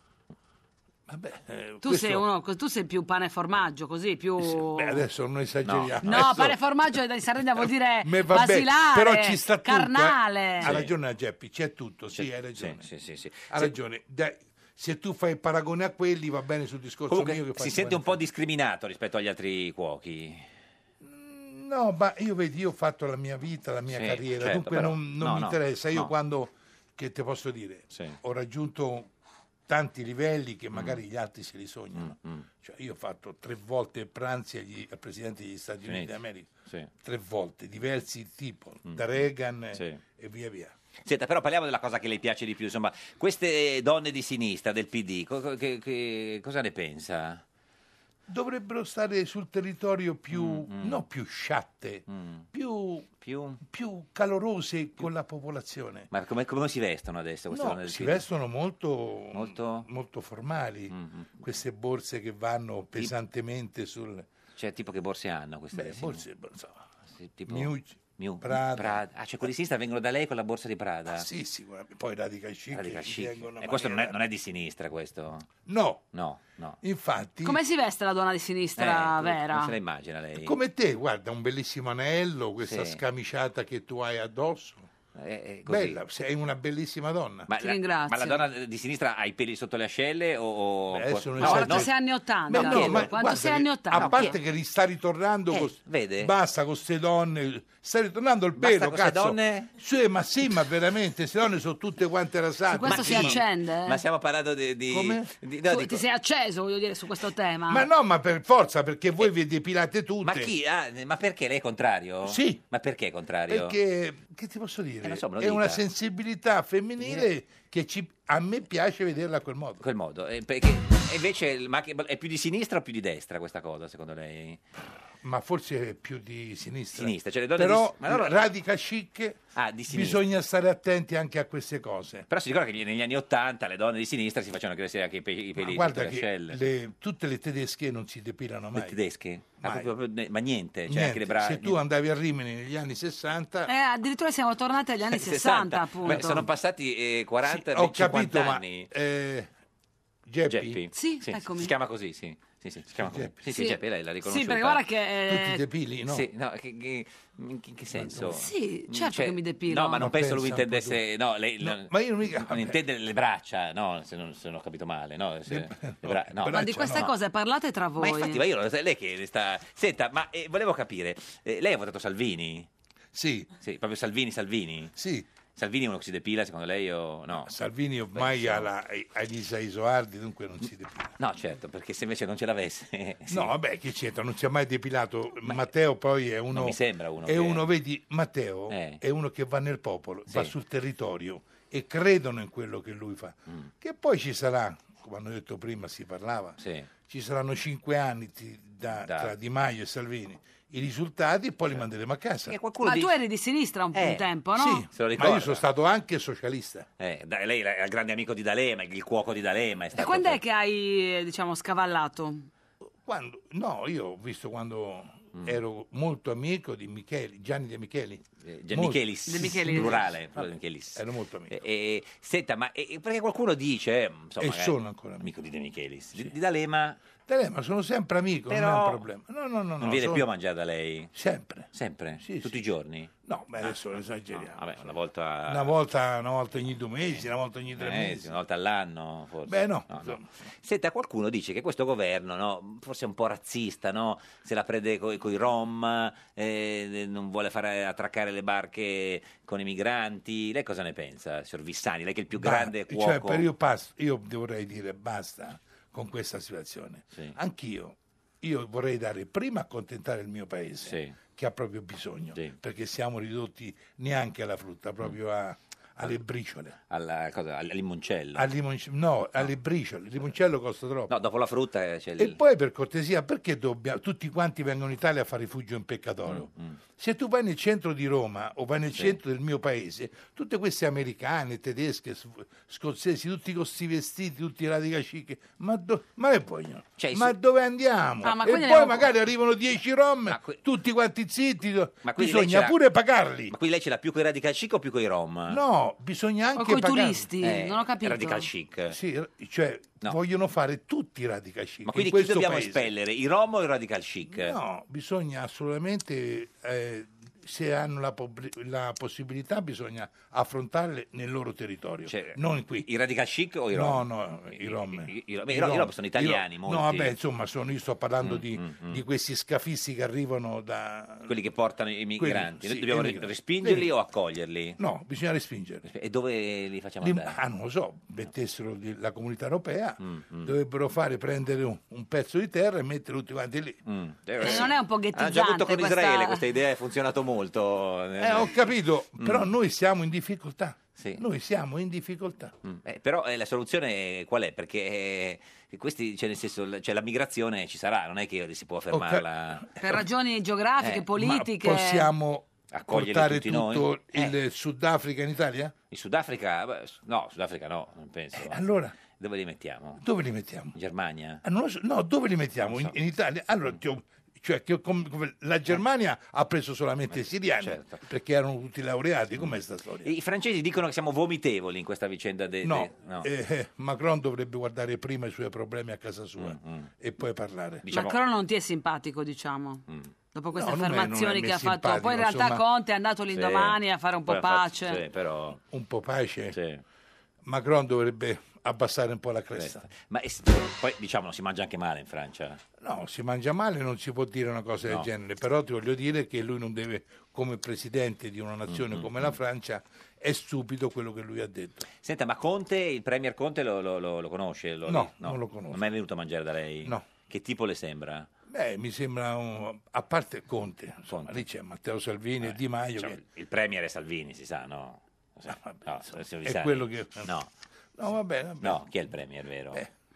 Vabbè, eh, tu, questo- sei uno, tu sei più pane e formaggio, così, più... Beh, adesso non esageriamo. No, Adesso- pane e formaggio in Sardegna vuol dire Me va bene, basilare, però ci sta tutto, eh. carnale. Ha ragione Geppi, c'è tutto, sì, hai ragione. Sì, sì, sì. Ha Se- ragione. Dai, se tu fai il paragone a quelli va bene sul discorso Comunque mio che si faccio sente un bene. po' discriminato rispetto agli altri cuochi. No, ma io vedi, io ho fatto la mia vita, la mia Sì, carriera, certo, dunque però- non, non no, mi no, interessa. Io no. quando, che te posso dire, Sì. ho raggiunto tanti livelli che magari gli altri se li sognano. Mm, Cioè, io ho fatto tre volte pranzi agli, al Presidente degli Stati Uniti Uniti, d'America, sì. tre volte, diversi tipi, Mm. da Reagan Sì. e via via. Senta, però parliamo della cosa che le piace di più. Insomma, queste donne di sinistra del P D, co- co- che- che- cosa ne pensa? Dovrebbero stare sul territorio più, Mm, mm. non più sciatte, Mm. più, Più? più calorose con la popolazione. Ma come, come si vestono adesso queste No, donne del si P D? vestono molto, Molto? molto formali, Mm, queste borse che vanno pesantemente sul... Cioè, tipo che borse hanno queste? Beh, sì? borse, non so, Sì, tipo... Miu- Miu- Prada. Ah, cioè quelli di sinistra vengono da lei con la borsa di Prada? Ah, sì, sicuramente. Poi Radical Chic, Radical ci chic. tengono a E questo non è, maniera- non è di sinistra, questo? No, No, no. infatti, Come si veste la donna di sinistra Eh, vera? come se la immagina lei? come te, guarda, un bellissimo anello, questa Sì. scamiciata che tu hai addosso. Eh, eh, così. Bella, sei una bellissima donna. Ma Ti la, ringrazio. ma la donna di sinistra ha i peli sotto le ascelle o... o- Beh, adesso non no, esagero. Quanto no, sei anni ottanta? Beh, no, chiedo. ma Quanto guarda sei che- anni ottanta? A parte che sta ritornando, Eh, cos- vede? basta con queste donne, sta ritornando il Basta pelo, con ste cazzo. donne? Sì, ma sì, ma veramente, queste donne sono tutte quante rasate. Su questo Ma si chi? accende? Ma stiamo parlando di... di- Come? di- no, Tu dico- ti sei acceso, voglio dire, su questo tema. Ma no, ma per forza, perché voi vi depilate tutte. ma chi? Ah, ma perché lei è contrario? Sì. Ma perché è contrario? Perché, che ti posso dire? non so, me lo è dica. una sensibilità femminile che ci- a me piace vederla a quel modo. quel modo. Eh, perché e invece ma che- è più di sinistra o più di destra questa cosa, secondo lei? Ma forse è più di sinistra. Sinistra, cioè le donne Però di- ma allora- radica chic, Ah, di sinistra. bisogna stare attenti anche a queste cose. Però si ricorda che negli anni Ottanta le donne di sinistra si facevano crescere anche i, pe- i Ma peli guarda sotto le che ascelle. le- tutte le tedesche non si depilano mai. Le tedesche? Ah, Mai. proprio- proprio- ma niente, cioè Niente. anche le braccia. Se tu andavi a Rimini negli anni sessanta, Eh, addirittura siamo tornati agli anni sessanta, appunto. Beh, sono passati eh, quaranta, ho cinquanta capito, ma anni. eh, Geppi? Geppi? Sì, eccomi. Si chiama così, sì. Sì, sì, si chiama così. Sì, sì, Sì. Geppi, lei l'ha Sì, riconosciuta. perché guarda che, eh, Tu ti depili, no? Sì, no, che, che- in che- in che senso? Sì, Mm, certo cioè, che mi depilo. No, ma non Ma penso lui pensa un po' intendesse... No, lei No, non- ma io non mica- non intende le braccia, no, se non, se non ho capito male, no? Se- le bra- no. Ma di queste cose parlate tra voi. Ma infatti, ma io non lo so, lei che sta... Senta, ma eh, volevo capire, eh, lei ha votato Salvini? Sì. Sì, proprio Salvini, Salvini? Sì. Salvini è uno che si depila, secondo lei, o no? Salvini ormai Beh, ha la- agli Isoardi, dunque non si depila. No, certo, perché se invece non ce l'avesse... sì. No, vabbè, che c'entra? Non si è mai depilato. Matteo poi è uno... Non mi sembra uno È che- uno, vedi, Matteo Eh. è uno che va nel popolo, va Sì. sul territorio e credono in quello che lui fa. Mm. Che poi ci sarà, come hanno detto prima, si parlava, Sì. ci saranno cinque anni ti- da- Da- tra Di Maio e Salvini. I risultati e poi li manderemo a casa. Ma tu eri di sinistra un, un tempo, no? Sì, Se lo ma ricorda. io sono stato anche socialista. Eh, da- lei è il grande amico di D'Alema, il cuoco di D'Alema. È E stato quando è che hai, eh, diciamo, scavallato? Quando, no, io ho visto quando Mm. ero molto amico di Micheli, Gianni De Micheli. Eh, Gian Molto. Michelis, De Michelis. plurale, Vabbè, De Michelis. ero molto amico. Eh, eh, senta, ma eh, perché qualcuno dice, eh, insomma, E magari- sono ancora amico di De Michelis, di, di D'Alema, D'Alema, sono sempre amico, non è Però- un problema. No, no, no, non no, viene sono- più a mangiare da lei? Sempre. Sempre? Sì, Tutti sì. i giorni? No, beh, adesso esageriamo. Vabbè, una volta... Una volta, una volta ogni due mesi, una volta ogni tre Eh, mesi. sì, una volta all'anno, forse. Beh, no, no. insomma. Senta, qualcuno dice che questo governo, no, forse è un po' razzista, no? Se la prende con i rom, eh, non vuole fare attraccare le barche con i migranti. Lei cosa ne pensa, signor Vissani? Lei che è il più Ba- grande cuoco... Cioè, per io, passo, io vorrei dire basta con questa situazione. Sì. Anch'io. Io vorrei dare prima accontentare il mio paese, Sì. che ha proprio bisogno, Sì. perché siamo ridotti neanche alla frutta, proprio a- alle briciole. Alla, cosa, al limoncello. Al limonce- no, alle briciole. Il limoncello costa troppo. No, dopo la frutta eh, c'è il... E poi per cortesia, perché dobbiamo, tutti quanti vengono in Italia a fare rifugio in Peccatorio? Mm, Se tu vai nel centro di Roma o vai nel Sì. centro del mio paese, tutte queste americane, tedesche, s- scozzesi, tutti con questi vestiti, tutti radical chic, ma, do- ma che vogliono? Cioè, ma sì. dove andiamo? Ah, ma e poi quindi abbiamo- magari arrivano dieci rom, tutti quanti zitti, do- Ma quindi lei bisogna ce l'ha- pure pagarli. Ma qui lei ce l'ha più con i radical chic o più con i rom? No, bisogna anche O coi pagarli. turisti? Eh, non ho capito. Radical chic. Sì, cioè No. vogliono fare tutti i radical chic. Ma quindi in chi questo dobbiamo paese. espellere, i rom o i radical chic? No, bisogna assolutamente, eh, se hanno la, pub- la possibilità, bisogna affrontarle nel loro territorio, Cioè, non qui. I radical chic o i No, rom? no, i rom. I, i- beh, i rom- i rom sono italiani, I rom- molti. No, vabbè, insomma, sono, io sto parlando Mm, di, mm, mm. di questi scafisti che arrivano da... Quelli che portano i migranti. Quelli, sì, Dobbiamo i ri- migranti. respingerli Sì. o accoglierli? No, bisogna respingerli. E dove li facciamo Li- andare? ah, non lo so, mettessero di- la comunità europea, Mm, mm. dovrebbero fare prendere un, un pezzo di terra e mettere tutti quanti lì. Mm. E non è un po' Ha già ghettizzante avuto con questa... Israele questa idea, è funzionato molto. Eh, ho capito, Mm. però noi siamo in difficoltà. Sì. Noi siamo in difficoltà. Mm. Eh, però eh, la soluzione qual è? Perché eh, questi, cioè, nel senso, l- cioè, la migrazione ci sarà, non è che si può fermarla. Per ragioni geografiche, Eh, politiche... Ma possiamo Accoglierli portare tutti tutto noi? il Sudafrica in Italia? In Sudafrica? Beh, s- no, Sudafrica no, non penso. Eh, allora, Dove li mettiamo? dove li mettiamo? In Germania? Ah, non lo so. No, dove li mettiamo? Non In, so. Mm. in Italia? Allora, ti ho- cioè, che com- come la Germania ha preso solamente i siriani, certo. perché erano tutti laureati. Com'è sta storia? I francesi dicono che siamo vomitevoli in questa vicenda. De, No, de- no. eh, eh, Macron dovrebbe guardare prima i suoi problemi a casa sua Mm, e poi parlare. Diciamo- Macron non ti è simpatico, diciamo. Mm. Dopo queste No, non è- affermazioni non è che ha fatto. simpatico, Poi in realtà insomma. Conte è andato l'indomani a fare un po' Poi ha fatto- pace. sì, però... Un po' pace. Sì. Macron dovrebbe abbassare un po' la cresta. Ma è- poi diciamo si mangia anche male in Francia. No, si mangia male, non si può dire una cosa No. del genere, però ti voglio dire che lui non deve, come presidente di una nazione Mm, come mm, la mm. Francia, è stupido quello che lui ha detto. Senta, ma Conte, il premier Conte lo, lo- lo- lo conosce? Lo- No, no, non lo conosco. Non è mai venuto a mangiare da lei? No. Che tipo le sembra? Beh, mi sembra, un- a parte Conte, insomma, lì c'è Matteo Salvini e Di Maio. Cioè, che- il premier è Salvini, si sa, no? No, no, signor è Vissani. quello che... No. No, va bene, va bene. No, chi è il premier, vero?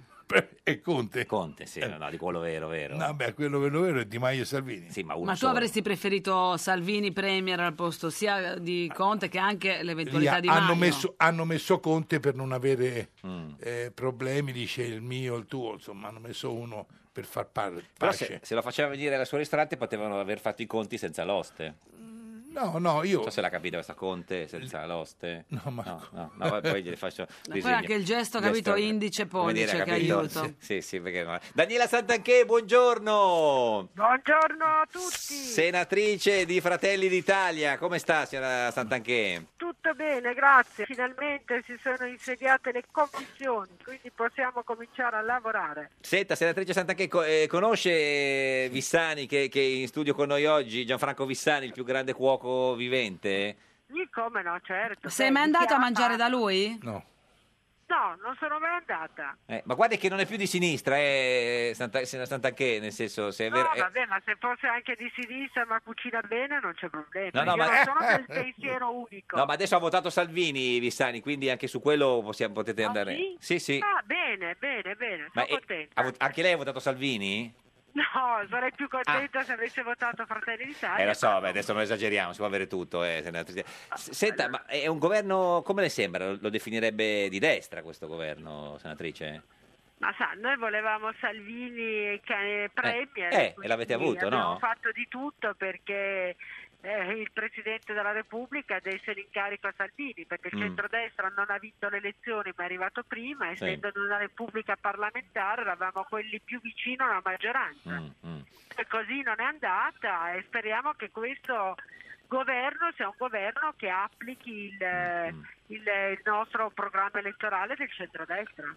E Conte. Conte, sì, no, no, di quello vero, vero. No, beh, quello vero vero è Di Maio e Salvini. Sì, ma uno Ma tu solo. avresti preferito Salvini premier al posto sia di Conte che anche l'eventualità Lì di hanno Maio? messo, hanno messo Conte per non avere Mm. eh, problemi, dice il mio, il tuo, insomma, hanno messo uno per far par- Però pace. se, se lo faceva venire al suo ristorante potevano aver fatto i conti senza l'oste. No, no, io... Non so se l'ha capita questa Conte senza l'oste. No, ma... No, no, no, poi gliele faccio Ma poi anche il gesto, capito, indice, Come dire, pollice, che capito? aiuto. Sì, sì, perché no. Daniela Santanchè, buongiorno! Buongiorno a tutti. Senatrice di Fratelli d'Italia, come sta signora Santanchè? Tutto bene, grazie. Finalmente si sono insediate le commissioni, quindi possiamo cominciare a lavorare. Senta, senatrice Santanchè, co- eh, conosce eh, Vissani che, che è in studio con noi oggi, Gianfranco Vissani, il più grande cuoco vivente? Sì, come no, certo. Sei Beh, mai mi andato a chiama- mangiare da lui? No. No, non sono mai andata. Eh, ma guarda che non è più di sinistra, eh, Santa, signora Santanchè, nel senso, se è No, vero... eh, vabbè, ma se fosse anche di sinistra ma cucina bene non c'è problema. No, no, Io ma- non sono del pensiero unico. No, ma adesso ha votato Salvini, Vissani, quindi anche su quello possiamo, potete andare. sì? Sì, sì. Ah, bene, bene, bene, Ma sono eh, contenta. ha vot- anche lei ha votato Salvini? No, sarei più contenta se avesse votato Fratelli d'Italia. Ah. Eh, lo so, beh, adesso non esageriamo, si può avere tutto. Eh, senatrice. S- Senta, ma è un governo, come le sembra? Lo, lo definirebbe di destra questo governo, senatrice? Ma sa, noi volevamo Salvini che premier. eh, e l'avete quindi avuto, abbiamo no? fatto di tutto perché eh, il Presidente della Repubblica desse l'incarico a Salvini, perché il Mm. centrodestra non ha vinto le elezioni ma è arrivato prima, Sì. essendo in una Repubblica parlamentare eravamo quelli più vicino alla maggioranza. Mm, E così non è andata e speriamo che questo governo sia un governo che applichi il, Mm, il, il nostro programma elettorale del centrodestra.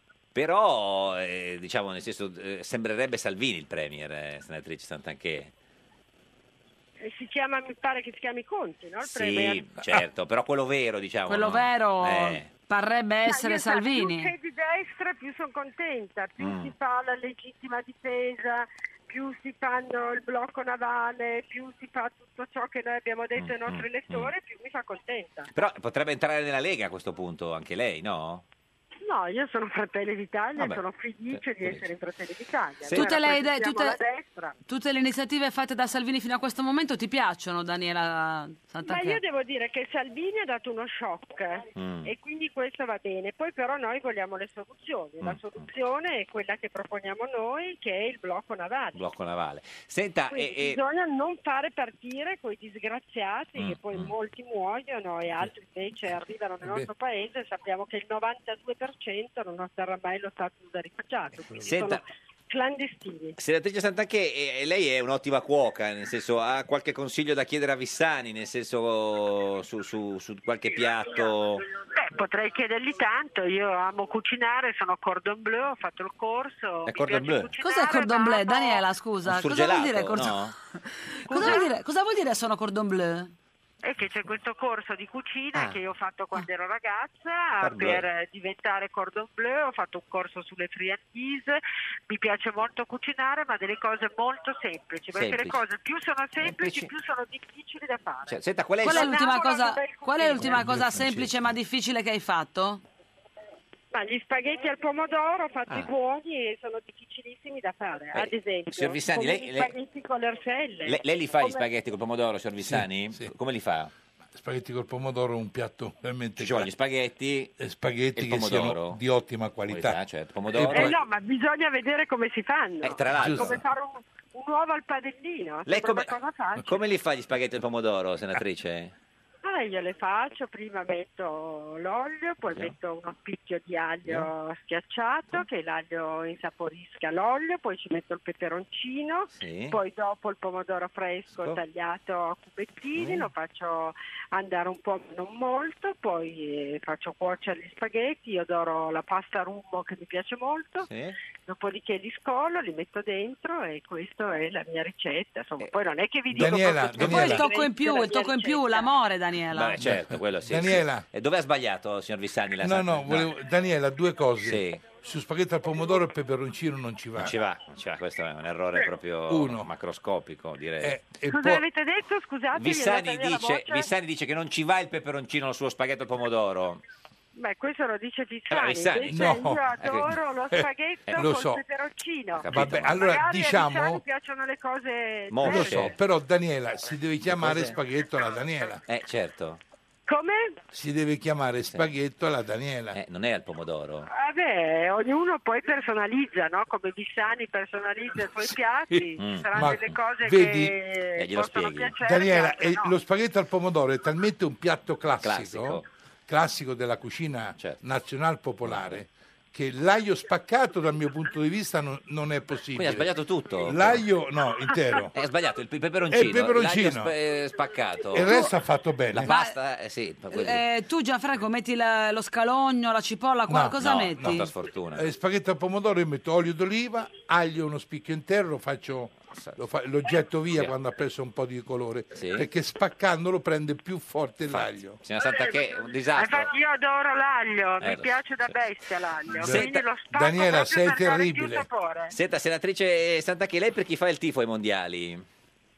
Però, eh, diciamo, nel senso, eh, sembrerebbe Salvini il premier, eh, senatrice Santanchè. Eh, Si chiama, mi pare che si chiami Conte, no? Il Sì, premier. certo, però quello vero, diciamo. Quello no? vero Eh. parrebbe Ma essere io, sai, Salvini. Più sei di destra, più sono contenta, più Mm. si fa la legittima difesa, più si fanno il blocco navale, più si fa tutto ciò che noi abbiamo detto ai nostri elettori, più mi fa contenta. Però potrebbe entrare nella Lega a questo punto, anche lei, no? No, io sono Fratelli d'Italia Vabbè. e sono felice di essere in Fratelli d'Italia. Tutte Noi le, idee- rappresentiamo tutte, la destra. tutte le iniziative fatte da Salvini fino a questo momento ti piacciono, Daniela Ma Santanchè? io devo dire che Salvini ha dato uno shock Mm. e quindi questo va bene. Poi però noi vogliamo le soluzioni. La soluzione è quella che proponiamo noi, che è il blocco navale. Blocco navale. Senta, Quindi e- e- bisogna non fare partire quei disgraziati Mm, che poi molti muoiono e altri invece arrivano nel Beh. nostro paese e sappiamo che il novantadue per cento non otterrà mai lo status da rifugiato, quindi Senta- sono clandestini. Senatrice Santanchè, eh, lei è un'ottima cuoca, nel senso, ha qualche consiglio da chiedere a Vissani, nel senso, su, su- su qualche piatto? Beh, potrei chiedergli tanto, io amo cucinare, sono cordon bleu, ho fatto il corso. È mi cordon piace bleu? cucinare, Cos'è cordon ma bleu? amo- Daniela, scusa. Un Cosa vuol surgelato, dire cordon no? cosa, vuol dire, cosa vuol dire sono cordon bleu? È che c'è questo corso di cucina Ah. che io ho fatto quando ero ragazza Cordon bleu. per eh, diventare cordon bleu, ho fatto un corso sulle friandise, mi piace molto cucinare ma delle cose molto semplici, perché Semplici. le cose più sono semplici Semplici. più sono difficili da fare. Cioè, senta, qual è il Qual è suo- l'ultima Lavoro cosa, con bel qual è l'ultima cucina. cosa semplice ma difficile che hai fatto? Ma gli spaghetti al pomodoro fatti Ah. buoni e sono difficilissimi da fare, Eh, ad esempio. signor Vissani, come lei- gli lei- spaghetti con le arselle. Le- lei li fa gli Come- spaghetti col pomodoro, signor Vissani? Come li fa? Spaghetti col pomodoro è un piatto veramente... Ci vogliono gli spaghetti e spaghetti e il che pomodoro. siano di ottima qualità. Qualità, certo, pomodoro. Eh no, ma bisogna vedere come si fanno. Eh, tra l'altro. È come fare un, un uovo al padellino. Lei sembra come, una cosa facile. come li fa gli spaghetti al pomodoro, senatrice? Allora io le faccio, prima metto l'olio, poi metto uno spicchio di aglio schiacciato che l'aglio insaporisca l'olio, poi ci metto il peperoncino, Sì. poi dopo il pomodoro fresco Sì. tagliato a cubettini, Mm. lo faccio andare un po' ma non molto, poi eh, faccio cuocere gli spaghetti, io adoro la pasta rummo che mi piace molto, Sì. dopodiché li scollo, li metto dentro e questa è la mia ricetta, Eh, insomma, poi non è che vi dico Daniela, proprio E poi il Daniela. tocco in più, il tocco in più, l'amore, Daniela. Beh, certo, quello sì. Daniela. sì. E dove ha sbagliato, signor Vissani? La No, sa- no, volevo- Daniela, due cose. Sì. su spaghetto al pomodoro il peperoncino non ci va. Non ci va, non ci va, questo è un errore proprio Uno. macroscopico, direi. Eh, e Cosa poi- avete detto? Scusate, mi è Vissani andata via la dice, voce. Vissani dice che non ci va il peperoncino sullo spaghetto al pomodoro. Beh, questo lo dice Eh, Vissani, Vissani. invece No. io adoro lo Eh, spaghetto eh, lo col so. peperoncino. Capito, Vabbè, ma- allora Magari a diciamo... Vissani piacciono le cose Mo- Lo diverse. so, però Daniela si deve chiamare cos'è? spaghetto alla Daniela. Eh, certo. Come? Si deve chiamare spaghetto alla Daniela. Eh, non è al pomodoro. Vabbè, ognuno poi personalizza, no? Come Vissani personalizza i suoi piatti, ci Mm. saranno Ma delle cose vedi- che Eh, glielo possono spieghi. piacere. Daniela, altre e no. lo spaghetto al pomodoro è talmente un piatto classico, Classico. classico della cucina Certo. nazional popolare, che l'aglio spaccato dal mio punto di vista non, non è possibile. Quindi ha sbagliato tutto. L'aglio, no, intero. Eh, ha sbagliato il, il peperoncino. E il peperoncino. l'aglio sp- eh, spaccato. E il resto ha fatto bene. La pasta, eh sì. ma quello- Eh, tu Gianfranco metti la- lo scalogno, la cipolla, qua, No, cosa no, metti? no, per sfortuna. Eh, spaghetto al pomodoro io metto olio d'oliva, aglio uno spicchio intero, lo faccio lo, fa- lo getto via Sì. quando ha preso un po' di colore, Sì. perché spaccandolo prende più forte l'aglio. Signora Santa che è un disastro. Infatti io adoro l'aglio, Eh, mi lo piace da so, bestia l'aglio, Senta- quindi lo spacco Daniela, proprio sei per dare terribile. più sapore. Senta, senatrice Santa che lei per chi fa il tifo ai mondiali?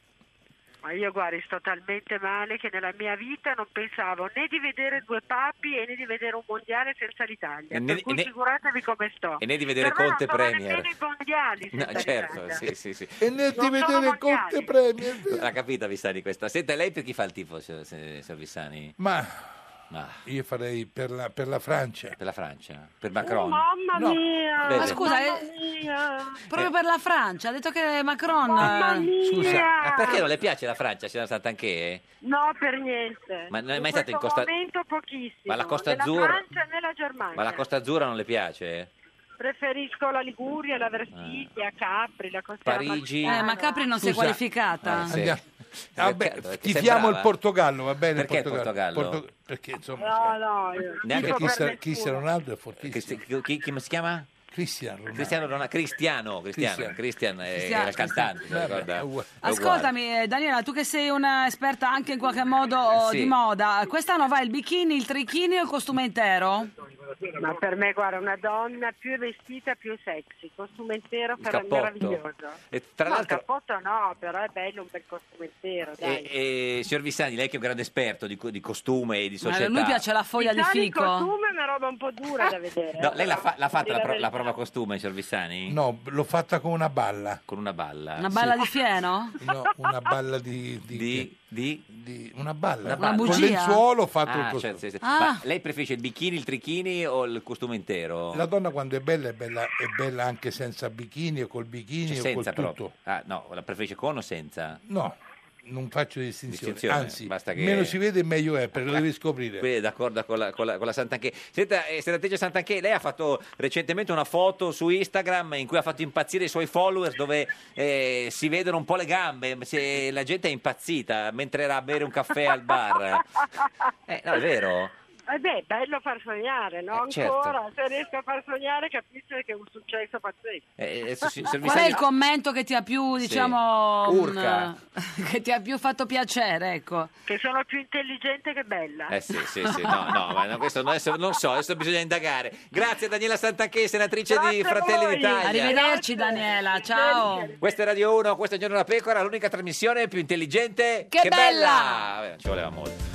Ma io guardi, sto talmente male che nella mia vita non pensavo né di vedere due papi e né di vedere un mondiale senza l'Italia, E né- per cui e né- figuratevi come sto. e né di vedere Per me Conte non sono Premier. nemmeno i mondiali No, senza certo, l'Italia. sì, sì, sì. E né di Non sono vedere mondiali. Conte Premier. L'ha capita Vissani questa. Senta, lei per chi fa il tifo, signor signor Vissani? Ma Ah, io farei per la, per la Francia. per la Francia? Per Oh, Macron? mamma No. mia! Vede. Ma scusa, mamma eh, mia! proprio per la Francia, ha detto che Macron... Mamma eh, mia! Scusa, Ma perché non le piace la Francia, signora Santanché? No, per niente. Ma non è in mai stato in questo Costa- momento pochissimo. Ma la Costa Né Azzurra- la Francia né la Germania. Ma la Costa Azzurra non le piace? Preferisco la Liguria, la Versilia, Capri, la Costa Parigi? Eh, ma Capri non si è Scusa. qualificata. Eh, sì. Andiamo. Vabbè, Peccato, perché tifiamo sembrava. il Portogallo, va bene? Perché il Portogallo? Porto- perché insomma, No, no, io Neanche tifo chi per sa- nessuno. Cristiano Ronaldo è fortissimo. Cristi- chi, chi si chiama? Cristiano Ronaldo. Cristiano Ronaldo. Cristiano, Cristiano, Cristiano. Cristian è Cristiano. era il cantante, si Vabbè, ricorda? è uguale. È uguale. Ascoltami, eh, Daniela, tu che sei un'esperta anche in qualche modo Sì. di moda, quest'anno va il bikini, il trichini o il costume intero? Ma per me, guarda, una donna più vestita, più sexy. Costume intero Il per cappotto. meraviglioso. E tra No, il l'altro, cappotto no, però è bello un bel costume intero, dai. e, e, signor Vissani, lei che è un grande esperto di, co- di costume e di Ma società. a lui piace la foglia di Diciamo, il fico? costume è una roba un po' dura da vedere. No, eh, lei l'ha, fa- l'ha fatta dire la, pro- la verità. prova costume, signor Vissani? No, l'ho fatta con una balla. Con una balla. Una balla di fieno? No, una balla di... di, Di, di? di- una balla. Una Con bugia? lenzuolo ho fatto il Ah, costume. certo, sì, sì. Ah. Ma lei preferisce il bikini, il trichini o il costume intero? La donna quando è bella è bella, è bella anche senza bikini o col bikini Cioè, o senza col proprio. tutto. Ah, no, la preferisce con o senza? No, non faccio distinzione. Distinzione, Anzi, basta che- meno si vede meglio è, perché lo devi scoprire. Qui è d'accordo con la, con la, con la Santanché. Senta, eh, senatrice Santanché, lei ha fatto recentemente una foto su Instagram in cui ha fatto impazzire i suoi followers dove eh, si vedono un po' le gambe, se la gente è impazzita mentre era a bere un caffè al bar. Eh, no, è vero? Eh beh, è bello far sognare, no? Eh, certo. Ancora, se riesco a far sognare capisce che è un successo pazzesco. Eh, adesso, si- signor Qual è Vissani- il commento che ti ha più, diciamo, Urca. mm, che ti ha più fatto piacere, ecco? Che sono più intelligente che bella. Eh sì, sì, sì, no, no, ma no, questo non, adesso non so, adesso bisogna indagare. Grazie Daniela Santanché, senatrice Grazie di a Fratelli voi. d'Italia. Arrivederci Daniela, ciao! Questa è Radio uno, questo è Giorno da Pecora, l'unica trasmissione più intelligente Che bella! Vabbè, non ci voleva molto.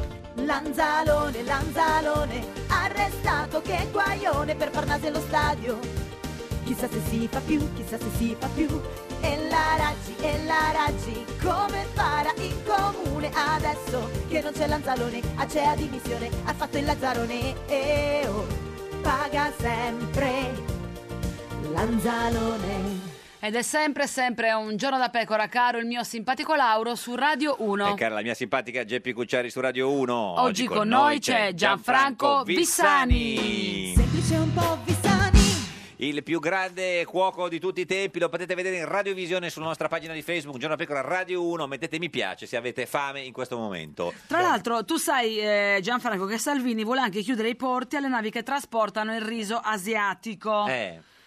Lanzalone, Lanzalone, arrestato, che guaione per Parnasi allo stadio. Chissà se si fa più, chissà se si fa più. E la Raggi, e la Raggi, come farà il comune adesso che non c'è Lanzalone, Acea dimissione, ha fatto il Lazzarone e oh, paga sempre Lanzalone. Ed è sempre, sempre un giorno da pecora, caro il mio simpatico Lauro su Radio uno. E cara la mia simpatica Geppi Cucciari su Radio uno. Oggi con noi c'è Gianfranco Vissani. Semplice un po' Vissani. Il più grande cuoco di tutti i tempi, lo potete vedere in radiovisione sulla nostra pagina di Facebook, Giorno da Pecora Radio uno, mettete mi piace se avete fame in questo momento. Tra l'altro, tu sai, eh, Gianfranco, che Salvini vuole anche chiudere i porti alle navi che trasportano il riso asiatico. Eh.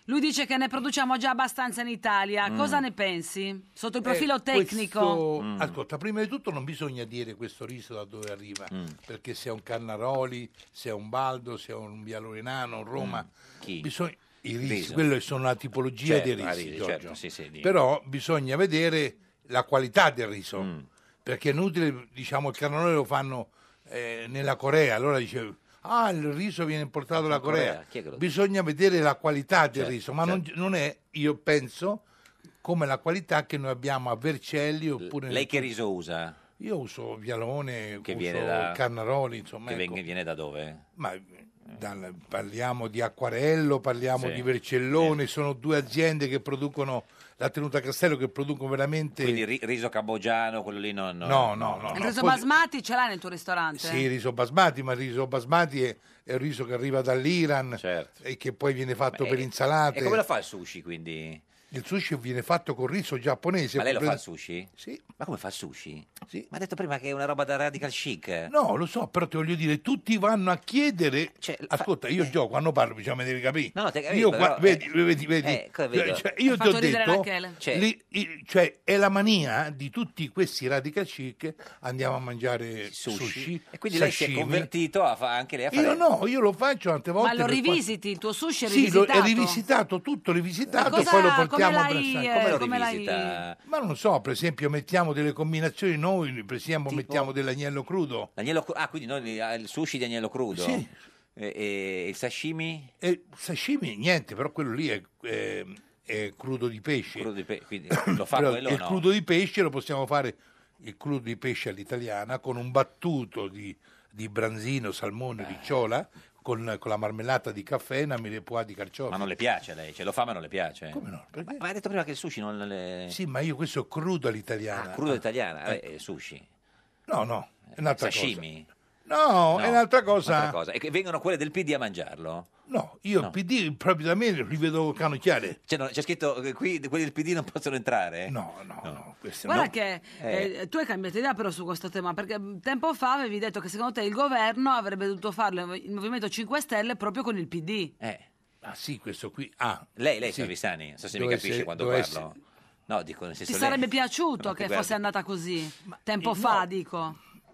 Lui dice che ne produciamo già abbastanza in Italia. Mm. Cosa ne pensi? Sotto il profilo Eh, tecnico? questo- Mm. Ascolta, prima di tutto non bisogna dire questo riso da dove arriva, Mm. perché se è un Carnaroli, se è un Baldo, se è un Vialorenano, un Roma, Mm. Chi? bisogna... I risi, Riso. quello sono la tipologia Certo, dei ah, risi, risi, Giorgio. certo, sì, sì, di- Però bisogna vedere la qualità del riso, Mm. perché è inutile, diciamo, il Carnaroli lo fanno eh, nella Corea, allora dice... Ah, il riso viene importato dalla Corea. Corea, chi è che lo Bisogna vedere la qualità del Certo, riso, ma non, non è, io penso, come la qualità che noi abbiamo a Vercelli oppure... Lei che riso usa? Io uso Vialone, Che uso viene da- Carnaroli, insomma. Che ecco. venga- viene da dove? Ma dal- parliamo di Acquarello, parliamo Sì. di Vercellone, sono due aziende che producono, la Tenuta Castello, che producono veramente... Quindi ri- riso cambogiano, quello lì no? No, no, no. Il riso poi- basmati ce l'hai nel tuo ristorante? Sì, il riso basmati, ma il riso basmati è, è un riso che arriva dall'Iran e che poi viene fatto per insalate. E come lo fa il sushi, quindi? Il sushi viene fatto con riso giapponese. Ma lei lo fa il Pre- sushi? Sì. Ma come fa il sushi? Sì. Ma ha detto prima che è una roba da radical chic. No, lo so, però ti voglio dire, tutti vanno a chiedere... Ascolta, io gioco, quando parlo, diciamo, mi devi capire. Cioè, No, no, te capisco, io però, qua- vedi, eh, vedi, vedi. eh, cosa vedo? Cioè, io Hai ti ho fatto ridere detto, Rachele. Cioè- li- i- cioè, è la mania di tutti questi radical chic, andiamo a mangiare sushi, Sushi. E quindi lei si è sashimi. convertito a fa- anche lei a fare... Io no, io lo faccio tante volte. Ma lo per qua- rivisiti? Il tuo sushi è Sì, lo- rivisitato? è rivisitato, tutto rivisitato, Ma cosa- poi lo come portiamo a l'hai, Brassaglio. eh, Come lo come l'hai- rivisita? Ma non so, per esempio mettiamo delle combinazioni noi, per esempio Tipo? mettiamo dell'agnello crudo. L'agnello cru- ah, quindi noi, ah, il sushi di agnello crudo? Sì. E, e il sashimi? E sashimi niente, però quello lì è, è- è crudo di pesce. Crudo di pe- quindi lo fa Però quello o il no? crudo di pesce lo possiamo fare, il crudo di pesce all'italiana, con un battuto di, di branzino, salmone, ricciola, con, con la marmellata di caffè e una mirepoix di carciofi. Ma non le piace a lei? Ce lo fa ma non le piace? Come no? Ma, ma ha detto prima che il sushi non le... Sì, ma io questo è crudo all'italiana. Ah, crudo italiana, eh, eh, sushi. No, no, è un'altra Sashimi? cosa. No, è un'altra cosa. Un'altra cosa. E che vengono quelle del P D a mangiarlo? No, io il P D proprio da me li vedo canocchiare. Cioè, non- c'è scritto che qui quelli del P D non possono entrare? No, no, no. Guarda no. che Eh. eh, tu hai cambiato idea però su questo tema, perché mh, tempo fa avevi detto che secondo te il governo avrebbe dovuto farlo il Movimento cinque Stelle proprio con il P D. Eh. Ah sì, questo qui. Ah, Lei, lei, sì. signor Vissani, non so se mi Dovesse- capisce quando dovesse- parlo. No, dico nel senso Ti lei- sarebbe piaciuto No, che guardi, fosse andata così? Tempo no. fa, dico.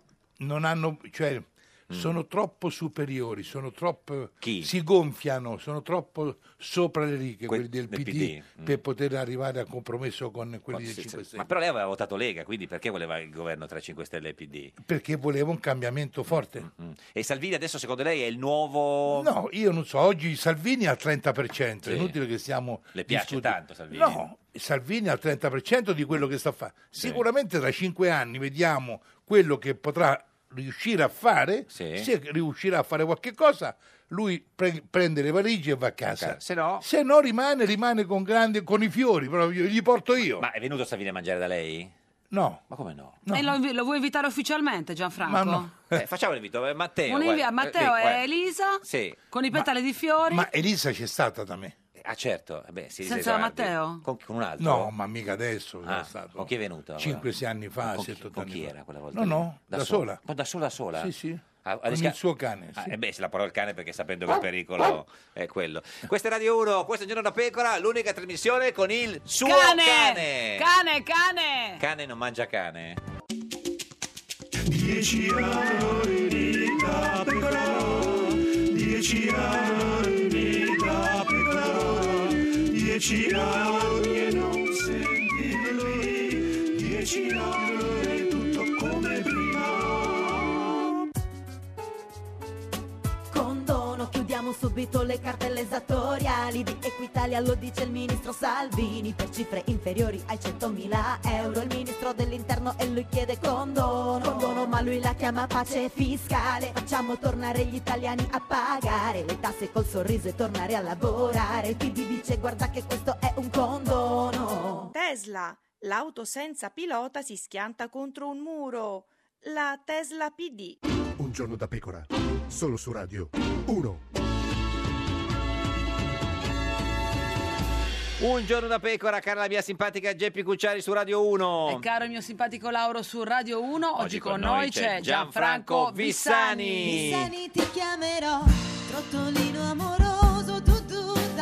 Non hanno, cioè, Mm. sono troppo superiori, sono troppo. Chi? Si gonfiano, sono troppo sopra le righe Que- quelli del, del P D, P D, mm. per poter arrivare a compromesso con quelli Sì, del sì. cinque Stelle. Ma però lei aveva votato Lega, quindi perché voleva il governo tra cinque Stelle e P D? Perché voleva un cambiamento forte. Mm. E Salvini adesso secondo lei è il nuovo... No, io non so, oggi Salvini al trenta per cento, è Sì. inutile che stiamo... Le piace discuti- tanto Salvini? No, Salvini al trenta per cento di quello che sta a fare. Sicuramente tra cinque anni vediamo quello che potrà riuscire a fare, Sì. se riuscirà a fare qualche cosa, lui pre- prende le valigie e va a casa. Se no? Se no rimane, rimane con, grande, con i fiori, proprio, gli porto io. Ma è venuto Salvini a mangiare da lei? No. Ma come no? E lo, invi- lo vuoi invitare ufficialmente, Gianfranco? Ma no. Eh, facciamo l'invito, eh, Matteo. Un invito guarda, a Matteo eh, e guarda. Elisa Sì. con i petali di fiori. Ma Elisa c'è stata da me. Ah certo, eh beh, si Senza guardi. Matteo? Con, con un altro? No, ma mica adesso. Ah, è stato. con chi è venuto? Cinque, sei anni fa, Con, sette, chi, otto con anni chi fa. era quella volta? No, lì? no, da sola. Ma da sola sola? Sì, sì. Ah, ha Con rischi- il suo cane. Ah, sì. eh beh, se la parola il cane perché sapendo che il pericolo è quello. Questa è Radio uno, questo è Giorno da Pecora, l'unica trasmissione con il suo cane! cane. Cane, cane! Cane non mangia cane. Dieci anni da pecora, dieci anni da pecora, dieci anni e non sentirli, dieci anni e tutto come prima. Condono, chiudiamo subito le cartelle esattoriali di Equitalia, lo dice il ministro Salvini, per cifre inferiori ai centomila euro. Il ministro dell'interno e lui chiede condono, condono ma lui la chiama pace fiscale. Facciamo tornare gli italiani a pagare le tasse col sorriso e tornare a lavorare. Il P D dice guarda che questo è un condono. Tesla, l'auto senza pilota si schianta contro un muro. La Tesla P D. Un giorno da pecora, solo su Radio uno. Un giorno da Pecora, cara la mia simpatica Geppi Cucciari su Radio uno. E caro il mio simpatico Lauro su Radio uno, oggi, Oggi con con noi noi c'è c'è Gianfranco Gianfranco Vissani. Vissani. Vissani ti chiamerò, trottolino amoroso, tu tu da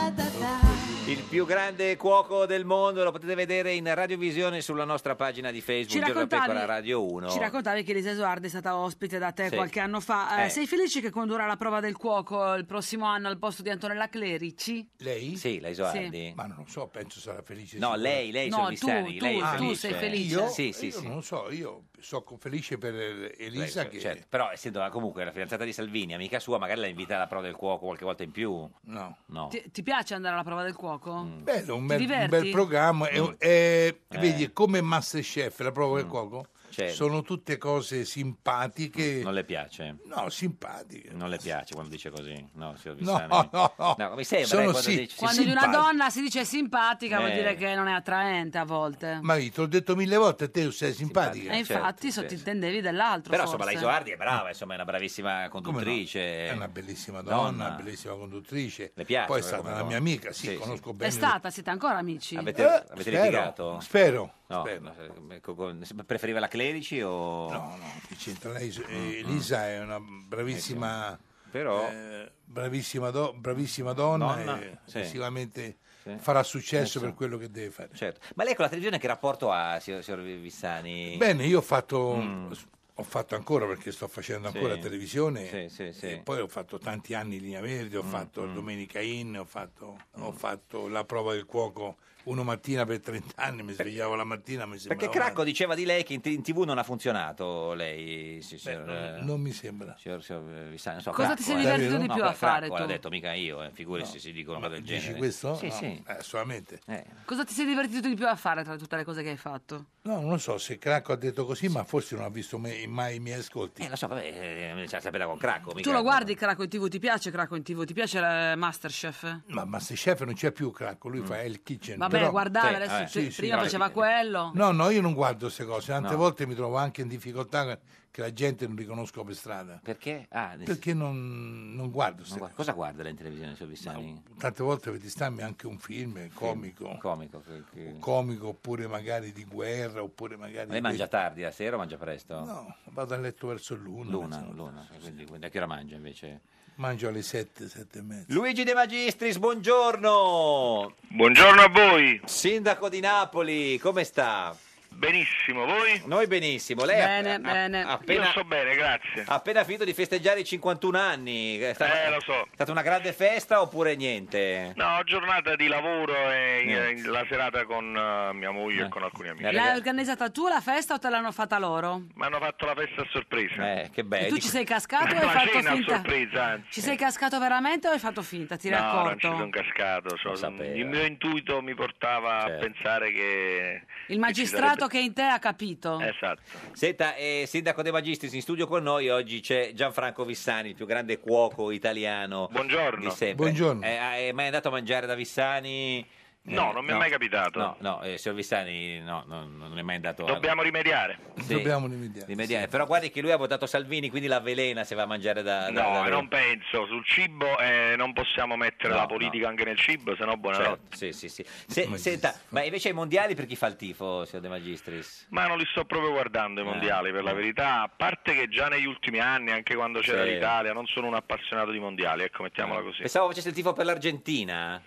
Il più grande cuoco del mondo, lo potete vedere in radiovisione sulla nostra pagina di Facebook, Ci Giorno da raccontavi- Pecora Radio uno. Ci raccontavi che Elisa Esuardi è stata ospite da te Sì. qualche anno fa. Eh, Eh. Sei felice che condurrà la prova del cuoco il prossimo anno al posto di Antonella Clerici? Lei? Sì, la Esuardi. Ma non lo so, penso sarà felice. No, sicuro. lei, lei, No, signor tu, Vissani, tu, lei è tu felice. sei felice? Io, Sì, sì, io sì. non lo so, io sono felice per Elisa Lei, che... certo, però essendo comunque la fidanzata di Salvini, amica sua, magari la invita alla prova del cuoco qualche volta in più. No. No. Ti, ti piace andare alla prova del cuoco? Bello, un Ti bel, un diverti? bel programma. e- Mm. e- Eh. Vedi, è come Masterchef, la prova del cuoco, Certo. sono tutte cose simpatiche. Non le piace? No, simpatiche. Non le piace quando dice così? No, signor No, Vissani? no, no. mi sembra Sono eh, quando sì- dice... Quando di una simpatico. donna si dice simpatica vuol Eh. dire che non è attraente a volte. Ma io te l'ho detto mille volte, a te sei simpatica. E infatti certo, sottintendevi dell'altro. Però insomma la forse. Isoardi è brava, insomma è una bravissima conduttrice. È una bellissima donna, Donna. una bellissima conduttrice. Le piace Poi è come stata una donna? mia amica, sì, Sì, sì. conosco È bene. stata, siete ancora amici? Avete, Eh, avete spero, litigato? spero, No, spero. no, eh, co- co- preferiva la Clerici o... No, no, che c'entra lei? eh, Elisa è una bravissima, Però- eh, bravissima, do- bravissima donna, Donna, e sì. sicuramente Sì. farà successo Sì. per quello che deve fare. Certo. Ma lei con la televisione che rapporto ha, signor, signor Vissani? Bene, io ho fatto, Mm. ho fatto ancora, perché sto facendo ancora Sì. televisione, Sì, sì, sì. e poi ho fatto tanti anni in Linea Verde, ho Mm, fatto mm. Domenica In, ho fatto, ho fatto la prova del cuoco una mattina per trenta anni, mi svegliavo la mattina, mi sembrava... Perché Cracco diceva di lei che in, t- in tivù non ha funzionato lei, sì, signor, non- eh, non mi sembra. signor, signor Vissani. Non so, Cosa Cracco, ti sei eh. divertito di No, più beh, a fare Cracco tu? l'ha detto mica io, eh, figurati se si dicono cose del Dici genere. questo? Sì, No, sì. eh, solamente. Eh. Cosa ti sei divertito di più a fare tra tutte le cose che hai fatto? No, non lo so se Cracco ha detto così, ma forse non ha visto me- mai i miei ascolti. Eh, lo so, vabbè, eh, ce la sapeva con Cracco. mica- Tu lo guardi Cracco in tivù? Ti piace Cracco in tivù? Ti piace eh, Masterchef? Ma Masterchef non c'è più Cracco, lui Mm. fa il kitchen. Vabbè, però- guardare Sì, adesso vabbè. cioè, Sì, sì, prima no, faceva quello. No, no, io non guardo queste cose, tante No. volte mi trovo anche in difficoltà che la gente non riconosco per strada. Perché? Ah, nel- Perché non, non guardo non queste guarda- Cosa guarda lei in televisione, signor Vissani? cose. Tante volte vedi stammi anche un film comico, Comico. che- che- comico oppure magari di guerra, oppure magari... Lei mangia tardi la sera o mangia presto? No, vado a letto verso l'una. L'una, mezzanotte. l'una. Quindi, quindi a che ora mangia invece? Mangio alle sette, sette e mezza. Luigi De Magistris, buongiorno! Buongiorno a voi. Sindaco di Napoli, come sta? Benissimo, voi? Noi benissimo. Lei ha- Bene, ha, bene. ha appena, Io sto bene, grazie. ha appena finito di festeggiare i cinquantuno anni. È stata, Eh, lo so. è stata una grande festa oppure niente? No, giornata di lavoro e Niente. eh, la serata con eh, mia moglie Eh. e con alcuni amici. Eh, L'hai organizzata tu la festa o te l'hanno fatta loro? Mi hanno fatto la festa a sorpresa. Eh, che bello. E tu ci sei cascato o hai La fatto cena a finta? sorpresa, anzi. Ci sei cascato veramente o hai fatto finta? Ti eri No, non accorto? ci sono cascato. cioè, Lo sapeva. il mio intuito mi portava Certo. a pensare che... Il magistrato che in te ha capito. Esatto. Senta, eh, Sindaco De Magistris, in studio con noi oggi c'è Gianfranco Vissani, il più grande cuoco italiano Buongiorno. di sempre. Buongiorno. Eh, è mai andato a mangiare da Vissani? No, Eh, non mi è mai capitato. No, no, eh, signor Vissani, no, no, non è mai andato. Dobbiamo rimediare. Sì, Dobbiamo rimediare. rimediare. Però guardi che lui ha votato Salvini, quindi la velena se va a mangiare da... da- No, da- non penso. Sul cibo eh, non possiamo mettere No, la politica no. anche nel cibo, sennò buonanotte. Certo, sì, sì, sì. Se- senta, ma invece ai mondiali per chi fa il tifo, signor De Magistris? Ma non li sto proprio guardando i Ah, mondiali, per la ah. verità, a parte che già negli ultimi anni, anche quando c'era Sì. l'Italia, non sono un appassionato di mondiali, ecco, mettiamola così. Pensavo facesse il tifo per l'Argentina.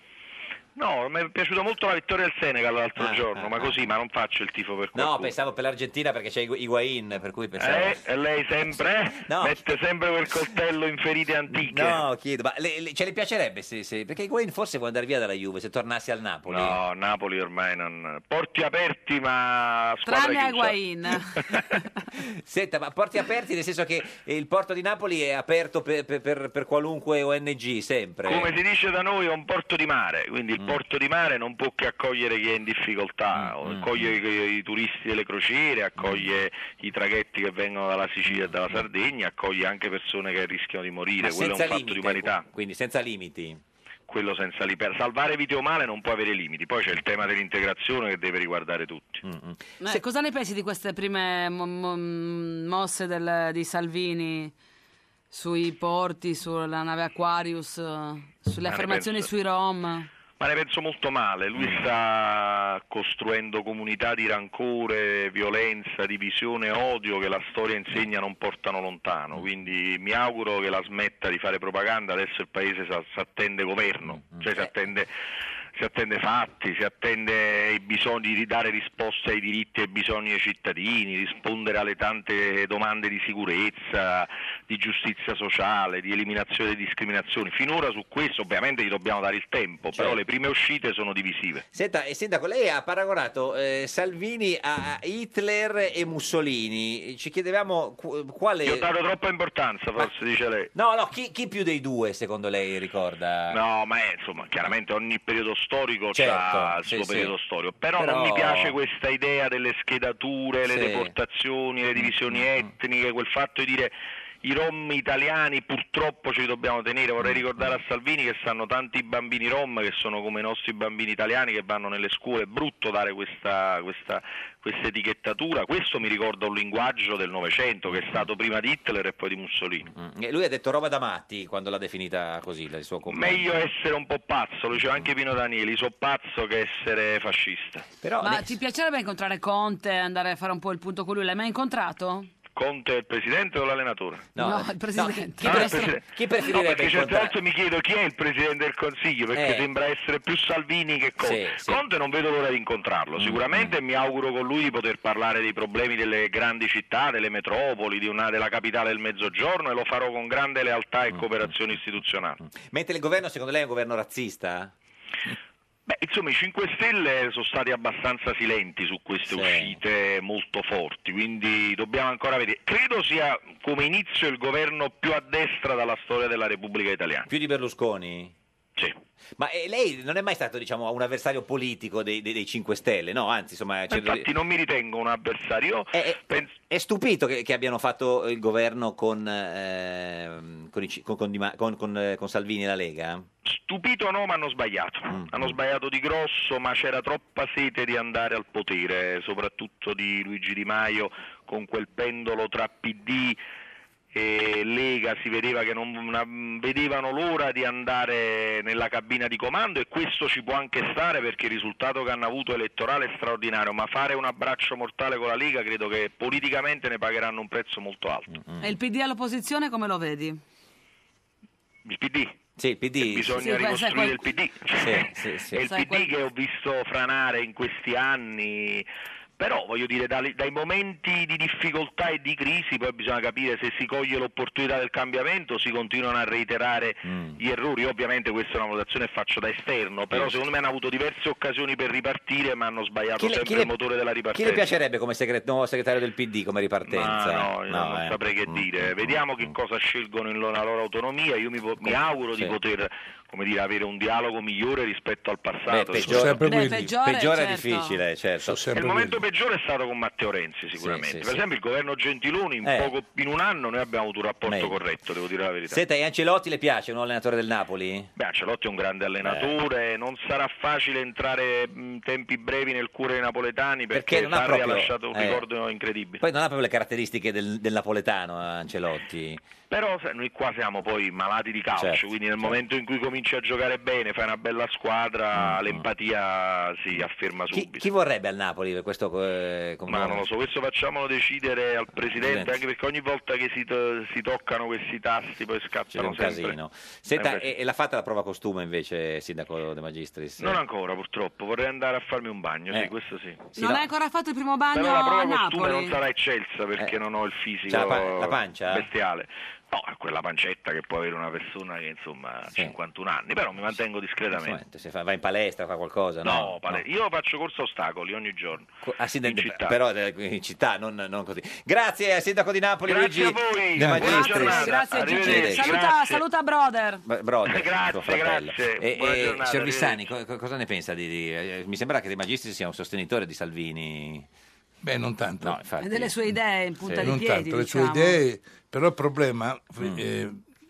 No, mi è piaciuta molto la vittoria del Senegal l'altro Ah, giorno, ah, ma ah. così, ma non faccio il tifo per qualcuno. No, pensavo per l'Argentina perché c'è Higu- Higuain, per cui pensavo... Eh, e lei sempre, eh? No. Mette sempre quel coltello in ferite antiche. No, chiedo, ma le, le- ce le piacerebbe se, se- perché Higuain forse vuole andare via dalla Juve se tornassi al Napoli. No, Napoli ormai non... Porti aperti, ma squadra Tranne a chiusa. Higuain. Senta, ma porti aperti nel senso che il porto di Napoli è aperto per, per- per- per qualunque O N G, sempre. Come si dice da noi è un porto di mare, quindi il Mm. porto di mare non può che accogliere chi è in difficoltà, Mm, mm, accoglie i, i turisti delle crociere, accoglie i traghetti che vengono dalla Sicilia e dalla Sardegna, accoglie anche persone che rischiano di morire, Ma quello è un senza fatto di limite, umanità. quindi senza limiti. Quello senza li- per salvare vite umane non può avere limiti, poi c'è il tema dell'integrazione che deve riguardare tutti. Eh, cosa ne pensi di queste prime mo- mo- mosse del- di Salvini sui porti, sulla nave Aquarius, eh, sulle Ma ne affermazioni penso- sui Rom? Ma ne penso molto male, lui sta costruendo comunità di rancore, violenza, divisione, odio che la storia insegna non portano lontano, quindi mi auguro che la smetta di fare propaganda, adesso il paese si attende governo, cioè si attende... si attende fatti, si attende i bisogni di dare risposte ai diritti e ai bisogni dei cittadini, rispondere alle tante domande di sicurezza, di giustizia sociale, di eliminazione delle discriminazioni. Finora su questo ovviamente gli dobbiamo dare il tempo, Certo. però le prime uscite sono divisive. Senta, e Sindaco, lei ha paragonato eh, Salvini a Hitler e Mussolini. Ci chiedevamo qu- quale... Gli ho dato troppa importanza, forse dice lei. No, no, chi, chi più dei due secondo lei ricorda? No, ma è, insomma, chiaramente ogni periodo storico Certo, ha il sì, suo sì. periodo storico, però, Però- non mi piace questa idea delle schedature, le Sì. deportazioni, le divisioni etniche, quel fatto di dire i rom italiani purtroppo ce li dobbiamo tenere. Vorrei ricordare a Salvini che stanno tanti bambini rom che sono come i nostri bambini italiani che vanno nelle scuole. È brutto dare questa, questa, questa etichettatura. Questo mi ricorda un linguaggio del Novecento che è stato prima di Hitler e poi di Mussolini. E lui ha detto roba da matti quando l'ha definita così, il suo compagno. Meglio essere un po' pazzo, lo diceva anche Pino Danieli, so pazzo che essere fascista. Ma ti piacerebbe incontrare Conte e andare a fare un po' il punto con lui? L'hai mai incontrato? Conte è il presidente o l'allenatore? No, No, il presidente. chi, Ah, il il presidente. chi preferirebbe No, perché certe incontrare? volte mi chiedo chi è il presidente del Consiglio, perché Eh. sembra essere più Salvini che Conte. Sì, sì. Conte non vedo l'ora di incontrarlo, sicuramente mi auguro con lui di poter parlare dei problemi delle grandi città, delle metropoli, di una, della capitale del Mezzogiorno, e lo farò con grande lealtà e cooperazione istituzionale. Mentre il governo secondo lei è un governo razzista? Beh, insomma, i cinque Stelle sono stati abbastanza silenti su queste Sì. uscite molto forti, quindi dobbiamo ancora vedere. Credo sia come inizio il governo più a destra dalla storia della Repubblica Italiana. Più di Berlusconi? Sì. Ma eh, lei non è mai stato, diciamo, un avversario politico dei, dei, dei cinque Stelle, no? Anzi, insomma... c'è- Infatti non mi ritengo un avversario. È, è- è stupito che, che abbiano fatto il governo con, ehm, con, i ci- con- con Di Ma- con- con, eh, con Salvini e la Lega? Stupito no, ma hanno sbagliato. Hanno sbagliato di grosso, ma c'era troppa sete di andare al potere, soprattutto di Luigi Di Maio, con quel pendolo tra P D e Lega. Si vedeva che non non vedevano l'ora di andare nella cabina di comando, e questo ci può anche stare perché il risultato che hanno avuto elettorale è straordinario, ma fare un abbraccio mortale con la Lega credo che politicamente ne pagheranno un prezzo molto alto. E il P D all'opposizione come lo vedi? Il P D? Sì, il P D. Bisogna Sì, sai ricostruire qual- il P D. Sì, sì, sì. È il Sai P D qual- che ho visto franare in questi anni. Però voglio dire, dai, dai momenti di difficoltà e di crisi poi bisogna capire se si coglie l'opportunità del cambiamento, si continuano a reiterare gli errori. Ovviamente questa è una valutazione che faccio da esterno, però secondo me hanno avuto diverse occasioni per ripartire, ma hanno sbagliato Chi le- sempre chi le- il motore della Chi ripartenza. le piacerebbe come segre- nuovo segretario del P D, come ripartenza? Ma no, io non eh. saprei che dire. Vediamo che cosa scelgono nella loro autonomia. Io mi, po- mi auguro Sì. di poter, come dire, avere un dialogo migliore rispetto al Beh, passato. peggiore, sempre Beh, quelli. peggiore, peggiore è certo. difficile, certo. Sono sempre Il momento quelli. peggiore è stato con Matteo Renzi, sicuramente. Sì, sì, per sì. esempio il governo Gentiloni in, Eh. poco, in un anno noi abbiamo avuto un rapporto Meglio. corretto, devo dire la verità. Senta, e Ancelotti le piace, un allenatore del Napoli? Beh, Ancelotti è un grande allenatore, non sarà facile entrare in tempi brevi nel cuore dei napoletani perché, Perché non ha Sarri proprio- ha lasciato un eh. ricordo incredibile. Poi non ha proprio le caratteristiche del, del napoletano, eh, Ancelotti. Però sai, noi qua siamo poi malati di calcio, Certo, quindi nel certo. momento in cui cominci a giocare bene, fai una bella squadra, l'empatia si afferma Chi, subito. chi vorrebbe al Napoli per questo? eh, come- Ma non lo so, questo facciamolo decidere al Presidente, Presidente. anche perché ogni volta che si, to- si toccano questi tasti poi C'è scappano un sempre. casino. Senta, Eh beh, sì. e, e l'ha fatta la prova costume invece, Sindaco De Magistris? Non ancora purtroppo, vorrei andare a farmi un bagno, Eh. sì, questo sì. Sì, non no. hai ancora fatto il primo bagno Però la prova a costume Napoli? non sarà eccelsa perché Eh. non ho il fisico C'ha la pa- la pancia? bestiale. No, è quella pancetta che può avere una persona che insomma ha Sì. cinquantuno anni, però mi mantengo discretamente. Insomma, se fa- va in palestra, fa qualcosa? No, No, pale- io faccio corso a ostacoli ogni giorno. Ah, sì, in nel- città. però eh, in città, non, non così. Grazie al Sindaco di Napoli, Grazie Luigi a voi, De buona Magistris. giornata. Grazie Gigi, Arrivederci, saluta, grazie. saluta Brother. Beh, Brother, Grazie, suo fratello. grazie. E, Buona e, giornata, signor Vissani, co- co- cosa ne pensa di, di- eh, mi sembra che De Magistris sia un sostenitore di Salvini. Beh, non tanto. No, infatti. E delle sue idee in punta Sì. di non piedi, tanto, le diciamo. sue idee, però il problema, Mm. eh,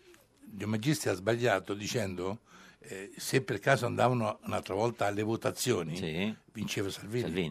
De Magistris ha sbagliato dicendo eh, se per caso andavano un'altra volta alle votazioni, Sì. vinceva Salvini. Salvini.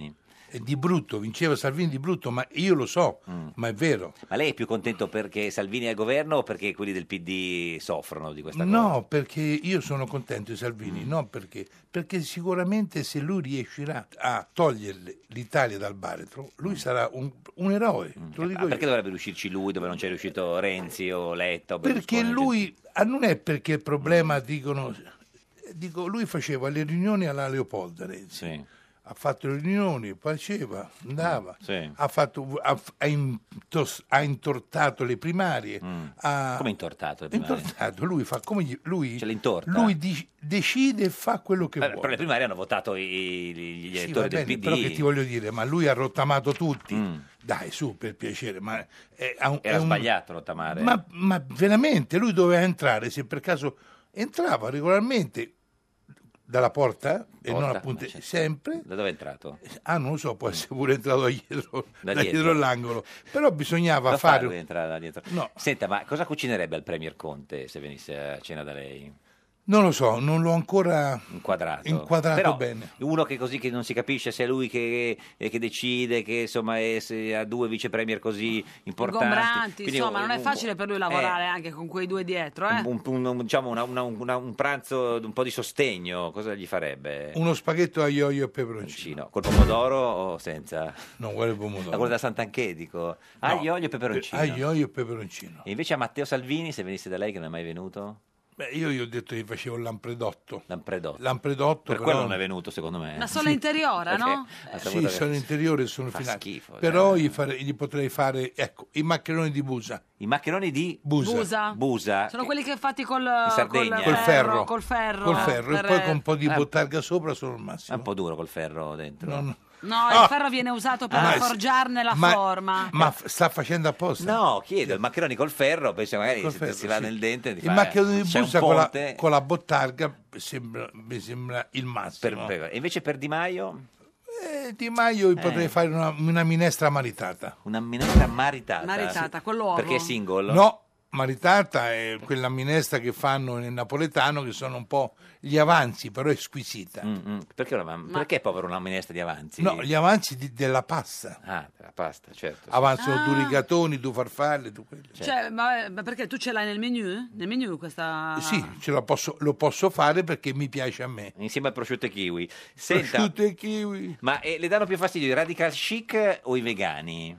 eh, di brutto, vinceva Salvini di brutto, ma io lo so, Mm. ma è vero. Ma lei è più contento perché Salvini è al governo o perché quelli del P D soffrono di questa cosa? No, perché io sono contento di Salvini, Mm. no perché, perché sicuramente se lui riuscirà a togliere l'Italia dal baratro, lui sarà un, un eroe, te lo dico Ah, io. perché dovrebbe riuscirci lui dove non c'è riuscito Renzi o Letta o Berlusconi? Perché lui, ah, non è perché il problema, dicono, dico, lui faceva le riunioni alla Leopolda Renzi. Ha fatto le riunioni, faceva, andava, Sì. ha, fatto, ha, ha intos- ha intortato le primarie. ha- Come intortato le primarie? Intortato, lui fa come gli- lui, Ce l'intorta? lui di- decide e fa quello che Beh, vuole. però le primarie hanno votato i- gli Sì, elettori va del bene, P D. però che ti voglio dire, ma lui ha rottamato tutti. Dai, su, per piacere, ma è, ha un- Era è un- sbagliato rottamare. Ma, ma veramente, lui doveva entrare, se per caso entrava regolarmente dalla porta, e non Porta? appunto Ma certo. sempre. Da dove è entrato? Ah, non lo so, può essere pure entrato da dietro, Da da dietro. dietro l'angolo. Però bisognava Lo fa fare. lui entrare da dietro? No. Senta, ma cosa cucinerebbe al Premier Conte se venisse a cena da lei? Non lo so, non l'ho ancora Inquadrato. inquadrato Però, bene. uno che così che non si capisce se è lui che, eh, che decide, che insomma è, se ha due vice premier così importanti. Ingombranti, Quindi insomma, un- non è un- facile per lui lavorare anche con quei due dietro, eh? Un, un- un- diciamo una- una- una- un pranzo, un po' di sostegno, cosa gli farebbe? Uno spaghetto a ioio e peperoncino. Col pomodoro o senza? Non vuole il Ma pomodoro. quello da Sant'Anchedico. Aglio, olio e peperoncino. Aglio, olio e peperoncino. E invece a Matteo Salvini, se venisse da lei, che non è mai venuto? Beh, io gli ho detto che facevo il lampredotto. Lampredotto. Lampredotto, Per però- quello non è venuto, secondo me. Ma solo interiora, no? Ha Sì, saputo che- sono interiore e sono Fa finali. schifo, cioè. Però gli, fare- gli potrei fare, ecco, i maccheroni di Busa. I maccheroni di Busa. Busa. Busa. Sono quelli che fatti col, Sardegna. col Col ferro. Col ferro. Col ferro. per- E poi con un po' di Eh. bottarga sopra sono il È massimo. un po' duro col ferro dentro. Non- No, Ah! il ferro viene usato per Ma- forgiarne la ma- forma. Ma f- sta facendo apposta? No, chiedo, il maccheroni col ferro, penso magari Col se ferro, si va sì. nel dente ti Il fa- maccherone di c'è un Busa con la, ponte. con la bottarga sembra, mi sembra il Per- massimo. per- e invece per Di Maio? Eh, Di Maio io potrei Eh. fare una, una minestra maritata. Una minestra maritata. Maritata, con l'uovo. Perché è single? No, maritata è quella minestra che fanno nel napoletano, che sono un po' gli avanzi, però è squisita. Mm, mm. Perché, una- perché povero una minestra di avanzi? No, gli avanzi di- della pasta. Ah, la pasta, certo. Avanzano Ah. due rigatoni, due farfalle, due quelle. Cioè, ma, ma perché tu ce l'hai nel menu? Nel menu questa... Sì, ce lo posso, lo posso fare perché mi piace a me. Insieme al prosciutto e kiwi. Senta, Prosciutto e kiwi. ma eh, le danno più fastidio i radical chic o i vegani?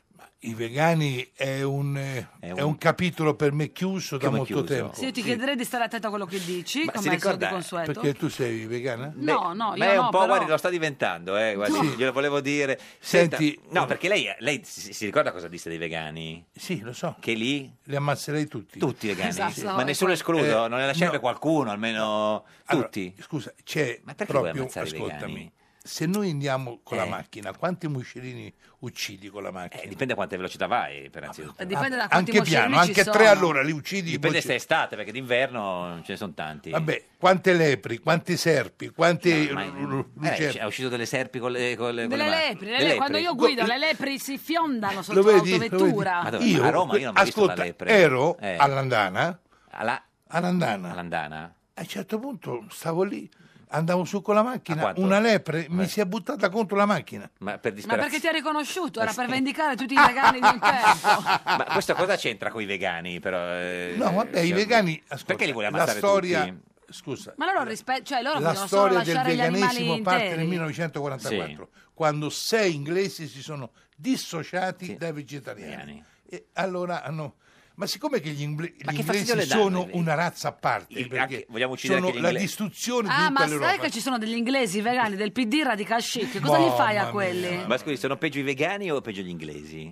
I vegani è un, eh, È è un- un capitolo per me chiuso da Come molto chiuso? tempo. Sì, io ti chiederei di stare attento a quello che dici, Ma si come al suo ricorda- di consueto. Perché tu sei vegana? No, no, Beh, io è no, un po', però... guardi, lo sta diventando, eh, guardi, Sì. glielo volevo dire. Senta, Senti- no, perché lei, lei si, si ricorda cosa disse dei vegani? Sì, lo so. Che lì Li ammazserei tutti. tutti i vegani, Esatto. ma nessuno escluso, Eh, non ne lascerebbe no. qualcuno, almeno Allora, tutti. scusa, c'è Ma perché vuoi proprio, ammazzare i ascoltami, vegani? se noi andiamo con Eh. la macchina, quanti moscerini uccidi con la macchina? Eh, dipende a quanta velocità vai, per anzitutto. Eh, Dipende da Ah, quanti anche moscerini piano, ci anche sono. tre all'ora li uccidi. Dipende poi se è ci- estate, perché d'inverno ce ne sono tanti. Vabbè, quante lepri, quante serpi, quante Ma- ru- ru- eh, lucerne. è uscito delle serpi con le, con le, con Delle le mani. lepri, le Delle le- quando lepri. io guido le lepri si fiondano sotto Lo vedi? Lo l'autovettura. Ma dove? vedi? Io, A Roma io non ho mai visto ascolta, la lepre. ero Eh. all'Andana, Alla, all'Andana. all'andana? A un certo punto stavo lì, andavo su con la A macchina, quanto? una lepre mi Eh. si è buttata contro la macchina. Ma per Ma disperazione. perché ti ha riconosciuto? Era per vendicare tutti i vegani di un tempo. Ma questo cosa c'entra con i vegani? Però, eh, No, vabbè, i cioè, vegani, ascolta, perché li vuole la ammazzare storia, tutti? scusa, Ma loro rispe- cioè loro la vogliono solo storia del lasciare gli animali veganesimo parte nel interi. millenovecentoquarantaquattro, quando sei inglesi si sono dissociati Sì. dai vegetariani. Vegetariani. E allora hanno... Ma siccome che gli, ingle- Ma gli che fastidio inglesi le danno sono i- una razza a parte, I- perché anche- vogliamo uccidere sono anche gli la inglesi? distruzione di Ah, tutta ma sai l'Europa. che ci sono degli inglesi vegani del P D radical chic? Cosa gli fai a Mamma quelli? mia. Ma scusi, sono peggio i vegani o peggio gli inglesi?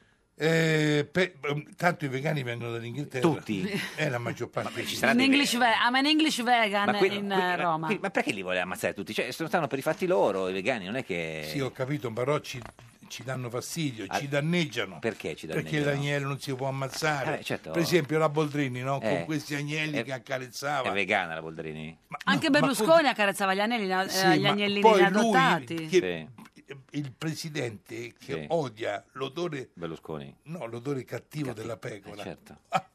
Eh, pe- tanto i vegani vengono dall'Inghilterra. Tutti? È la maggior parte. ci sarà In dei English ve- ve- I'm an English vegan Ma, quelli- in quelli- eh, ma- Roma. quelli- ma perché li vuole ammazzare tutti? Cioè, sono- stanno per i fatti loro, i vegani, non è che... Sì, ho capito, però ci, ci danno fastidio, Ah, ci danneggiano. perché ci Perché danneggiano? l'agnello non si può ammazzare. Eh, beh, certo. Per esempio la Boldrini, no? Eh. Con questi agnelli Eh, che accarezzava. È vegana la Boldrini? Ma- Anche no, ma Berlusconi con- accarezzava gli anelli, eh, Sì, gli ma agnellini poi inadottati. lui, che- Sì. il presidente che Sì. odia l'odore, Berlusconi? no, l'odore cattivo della pecora. Eh, certo. Ah,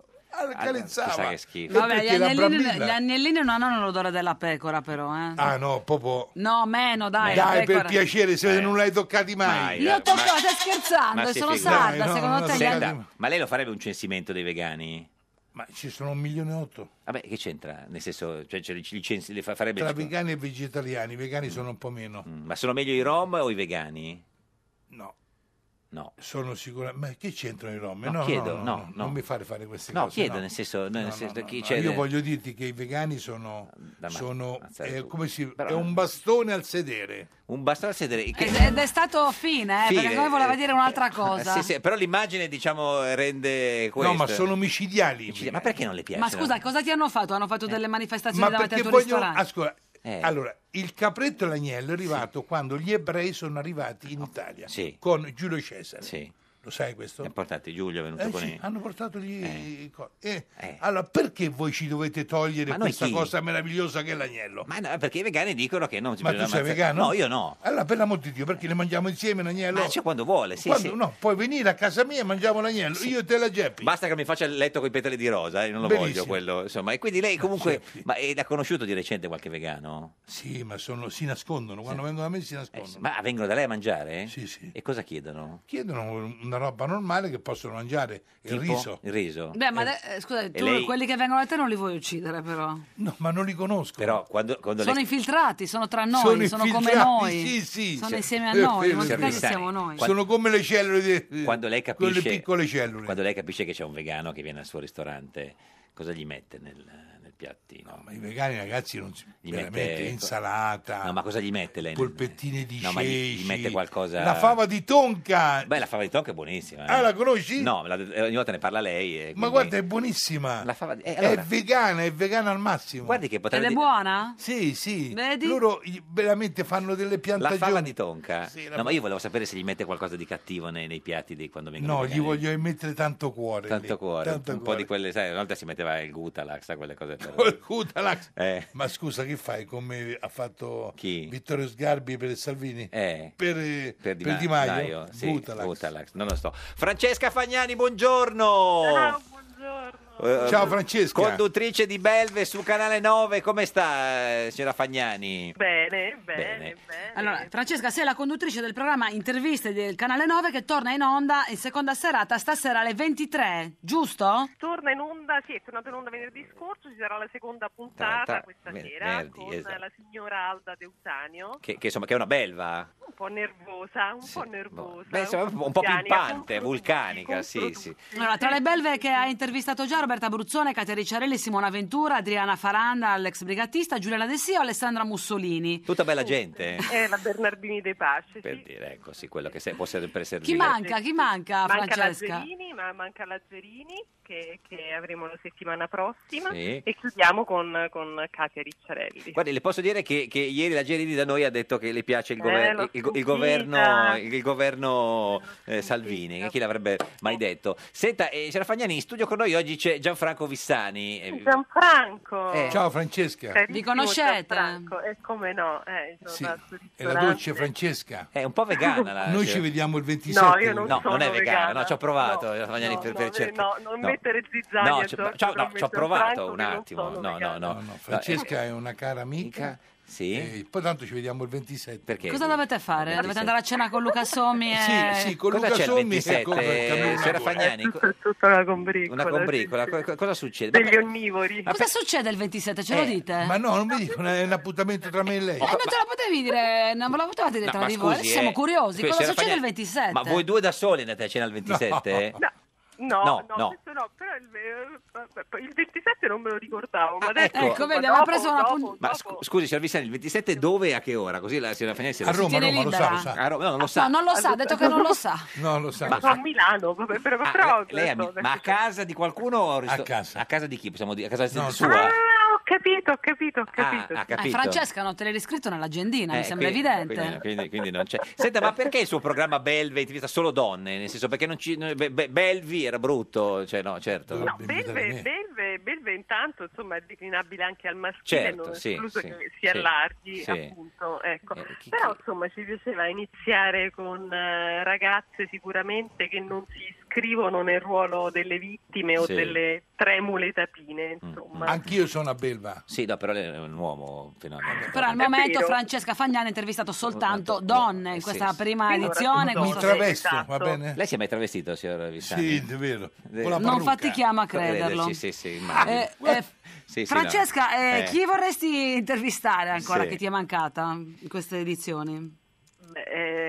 carezzava. Chissà che schifo. E Vabbè, gli perché la agnellini, bambina- gli agnellini non hanno l'odore della pecora, però, eh. Ah no, proprio... No, meno, dai. la Dai, pecora. per piacere, se Eh. non l'hai toccati mai. Mai. Io ho toccato, stai scherzando, Ma si sono figuri. sarda, Dai, no, secondo no, te gli Senta, agnellini... ma lei lo farebbe un censimento dei vegani? Ma ci sono un milione e otto. Vabbè, che c'entra? Nel senso, cioè, ce li licenzi, le fa- farebbe... Tra vegani e vegetariani, i vegani sono un po' meno. Ma sono meglio i rom o i vegani? No. No. Sono sicuramente. Ma che c'entrano i rom? No, No, chiedo, no, no, no, no. non mi fare fare queste No, cose. chiedo, nel senso, nel No, senso, no, chi no, c'è- io voglio dirti che i vegani sono, ma- sono ammazzare è, tu. come si, Però- è un bastone al sedere. Un bastone al sedere. che- Ed ed è stato fine, eh, Fine. perché noi voleva dire un'altra cosa. Sì, sì, però l'immagine, diciamo, rende questo. No, ma sono micidiali. Ma perché non le piace? Ma scusa, cosa ti hanno fatto? Hanno fatto delle manifestazioni Ma davanti perché al tuo voglio. ristorante? Ascolta, Eh. allora, il capretto e l'agnello è arrivato quando gli ebrei sono arrivati in Italia con Giulio Cesare. Sì. Lo sai questo? È importante, Giulio è venuto Eh con sì, i... hanno portato gli Eh. co- eh, Eh. Allora, perché voi ci dovete togliere Ma noi questa chi? cosa meravigliosa che è l'agnello? Ma no, perché i vegani dicono che non ci Ma tu bisogna sei ammazzare- vegano? No, io no. Allora, per l'amor di Dio, perché le mangiamo insieme l'agnello? Ma c'è quando vuole, sì, Quando- sì. No, puoi venire a casa mia e mangiamo l'agnello, io e te la Geppi. Basta che mi faccia il letto con i petali di rosa, eh, non lo Benissimo. voglio quello. Insomma, e quindi lei comunque... Ma eh, l'ha conosciuto di recente qualche vegano? Sì, ma sono- si nascondono, quando vengono da me si nascondono. Ma vengono da lei a mangiare? Sì, sì. E cosa chiedono? Chiedono una roba normale che possono mangiare, il Tipo? riso. Il riso? Beh, ma de- eh, scusa, tu lei- quelli che vengono da te non li vuoi uccidere, però. No, ma non li conosco. Però quando, quando Sono lei... infiltrati, sono tra noi, Sono sono, come infiltrati, noi. sì, sì. sono Sì. insieme a È noi, vero, non è so vero. che siamo noi. Sono come le cellule di... Quando lei quelle capisce... piccole cellule. Quando lei capisce che c'è un vegano che viene al suo ristorante, cosa gli mette nel, nel piattino? No, ma i vegani, ragazzi, non si... Gli veramente mette- insalata, No, ma cosa gli mette lei? nel- polpettine di No, ma gli, ceci, gli mette qualcosa... la fava di tonka. Beh, la fava di tonka è buonissima. eh. Ah, la conosci? No, me la- ogni volta ne parla lei. e Ma quindi- guarda, è buonissima. La fava di- eh, È allora- vegana, è vegana al massimo. Guardi che Ed potrebbe è dire- buona? Sì, sì. Vedi? Loro gli- veramente fanno delle La piantagioni. fava di tonka? Sì, la no, fava- ma io volevo sapere se gli mette qualcosa di cattivo nei, nei piatti di quando vengono No, vegani. gli voglio mettere tanto cuore. Tanto lì, cuore, tanto un po' cuore. di quelle, sai, una volta si metteva il Gutalax, sai, quelle cose per... Col Gutalax. Eh. Ma scusa, che fai? Come ha fatto Chi? Vittorio Sgarbi per Salvini? Eh. Per, eh, Per Di, per Ma- Di Maio? Maio, sì, Gutalax. Gutalax, non lo so. Francesca Fagnani, buongiorno. Ciao, buongiorno. Eh, Ciao, Francesca. Conduttrice di Belve su Canale nove, come sta, eh, signora Fagnani? Bene, bene, Bene. bene. Allora, Francesca, sei la conduttrice del programma Interviste del Canale nove che torna in onda in seconda serata stasera alle ventitré, giusto? Torna in onda, sì, è tornato in onda venerdì scorso, ci sarà la seconda puntata Tanta- questa ver- sera venerdì, con esatto. la signora Alda Deutanio, Che, che, insomma, che è una belva? un po' nervosa, un po' nervosa. Beh, insomma, un po' vulcanica, pimpante, contro vulcanica, tutti, sì, contro sì. tutti. Allora, tra le belve che ha intervistato già Roberta Bruzzone, Katia Ricciarelli, Simona Ventura, Adriana Faranda, l'ex brigatista, Giuliana De Sio, Alessandra Mussolini. Tutta bella gente, È la Bernardini dei Pasci, per sì. dire, ecco, sì, quello che se- può sempre servire. Chi manca? Chi manca, Manca Francesca? Lazzarini, ma manca Lazzarini che, che avremo la settimana prossima Sì. e chiudiamo con, con Katia Ricciarelli. Guardi, le posso dire che, che ieri la Gerini da noi ha detto che le piace il, Eh, gover- l'ho il, go- il sentita. governo, il, il governo eh, Salvini, che chi l'avrebbe mai detto? Senta, eh, signora Fagnani, in studio con noi oggi c'è Gianfranco Vissani. eh, Gianfranco! Eh. Ciao, Francesca. Carissimo Vi conoscete? Gianfranco, e come no? Eh, sono Sì, andato al è la ristorante. dolce Francesca. È un po' vegana la Noi signora- ci vediamo il ventisette. No, io non No, sono non è vegana, vegana. no, ci ho provato, No, signora Fagnani, no, per, no, per eh, cercare- no, non mettere zizzania No, ci, addosso, ciao, no, prometto ci ho a provato Franco un che non attimo. sono No, no, vegana. no. No, no, Francesca è una cara amica. Sì? E poi tanto ci vediamo il ventisette. Perché? Cosa dovete fare? Dovete andare a cena con Luca Sommi e... Sì, sì, con Cosa Luca c'è il Sommi e con ventisette, Camilla signora Nagore. Fagnani? Tutta, tutta una combricola. Una combricola, sì, co- sì. co- cosa succede? Degli Ma- onnivori. Cosa succede il ventisette? Ce lo Eh, dite? Ma no, non mi dico, è un appuntamento tra me e lei. Eh, non ce la potevi dire, non ve la potevate dire No, tra ma di voi. scusi, Siamo eh, curiosi. scusi, Cosa signora succede il Fagnani, ventisette? Ma voi due da soli andate a cena il ventisette? No. No, No, no, no. questo no, però il, eh, il ventisette non me lo ricordavo, ma Ah, adesso ecco. Ecco, vedi, dopo, aveva preso una dopo, pun- Ma dopo. scu- scusi, signor Vissani, il ventisette dove e a che ora? Così la signora Fagnani si A Roma, tiene Roma, lo sa, libera. lo sa. A Roma, no, non lo sa. No, non lo sa, ha detto che non lo sa. No, lo sa. Ma lo sa. a Milano, vabbè, però, Ah, però lei- lei è a Mi- questo- ma a casa di qualcuno o al risto- A casa. A casa di chi? Possiamo dire? A casa No, sua? Ah, ho capito, ho capito, ho capito. Ah, ha Eh, capito. Francesca non te l'hai riscritto nell'agendina, mi Eh, sembra quindi- evidente. Quindi, quindi- quindi non c'è. Senta, ma perché il suo programma Belve intervista solo donne? Nel senso, perché non ci. Be- Be- Belvi era brutto, cioè no, certo. No, Dovrebbe invitare Belve, me. Belve Belve, Belve intanto insomma è declinabile anche al maschile, Certo, non è sì, escluso sì, che si sì, allarghi sì. appunto, ecco. Eh, chi- Però insomma ci piaceva iniziare con eh, ragazze sicuramente che non si iscrivono nel ruolo delle vittime o Sì. delle tremule tapine, insomma. Anch'io sono a Belva. Sì, no, però lei è un uomo finalmente. Però al È momento vero. Francesca Fagnani ha intervistato soltanto donne in sì, questa sì. prima Quindi ora edizione. sono Mi questo- travesto, esatto. va bene? Lei si è mai travestito, signor Vissani? Sì, è vero. Eh, Con la Non parrucca. fatichiamo a crederlo. Sì, sì, sì, immagino. Eh, eh, Sì, sì, Francesca, no. eh, Eh. chi vorresti intervistare ancora Sì. che ti è mancata in queste edizioni? Beh,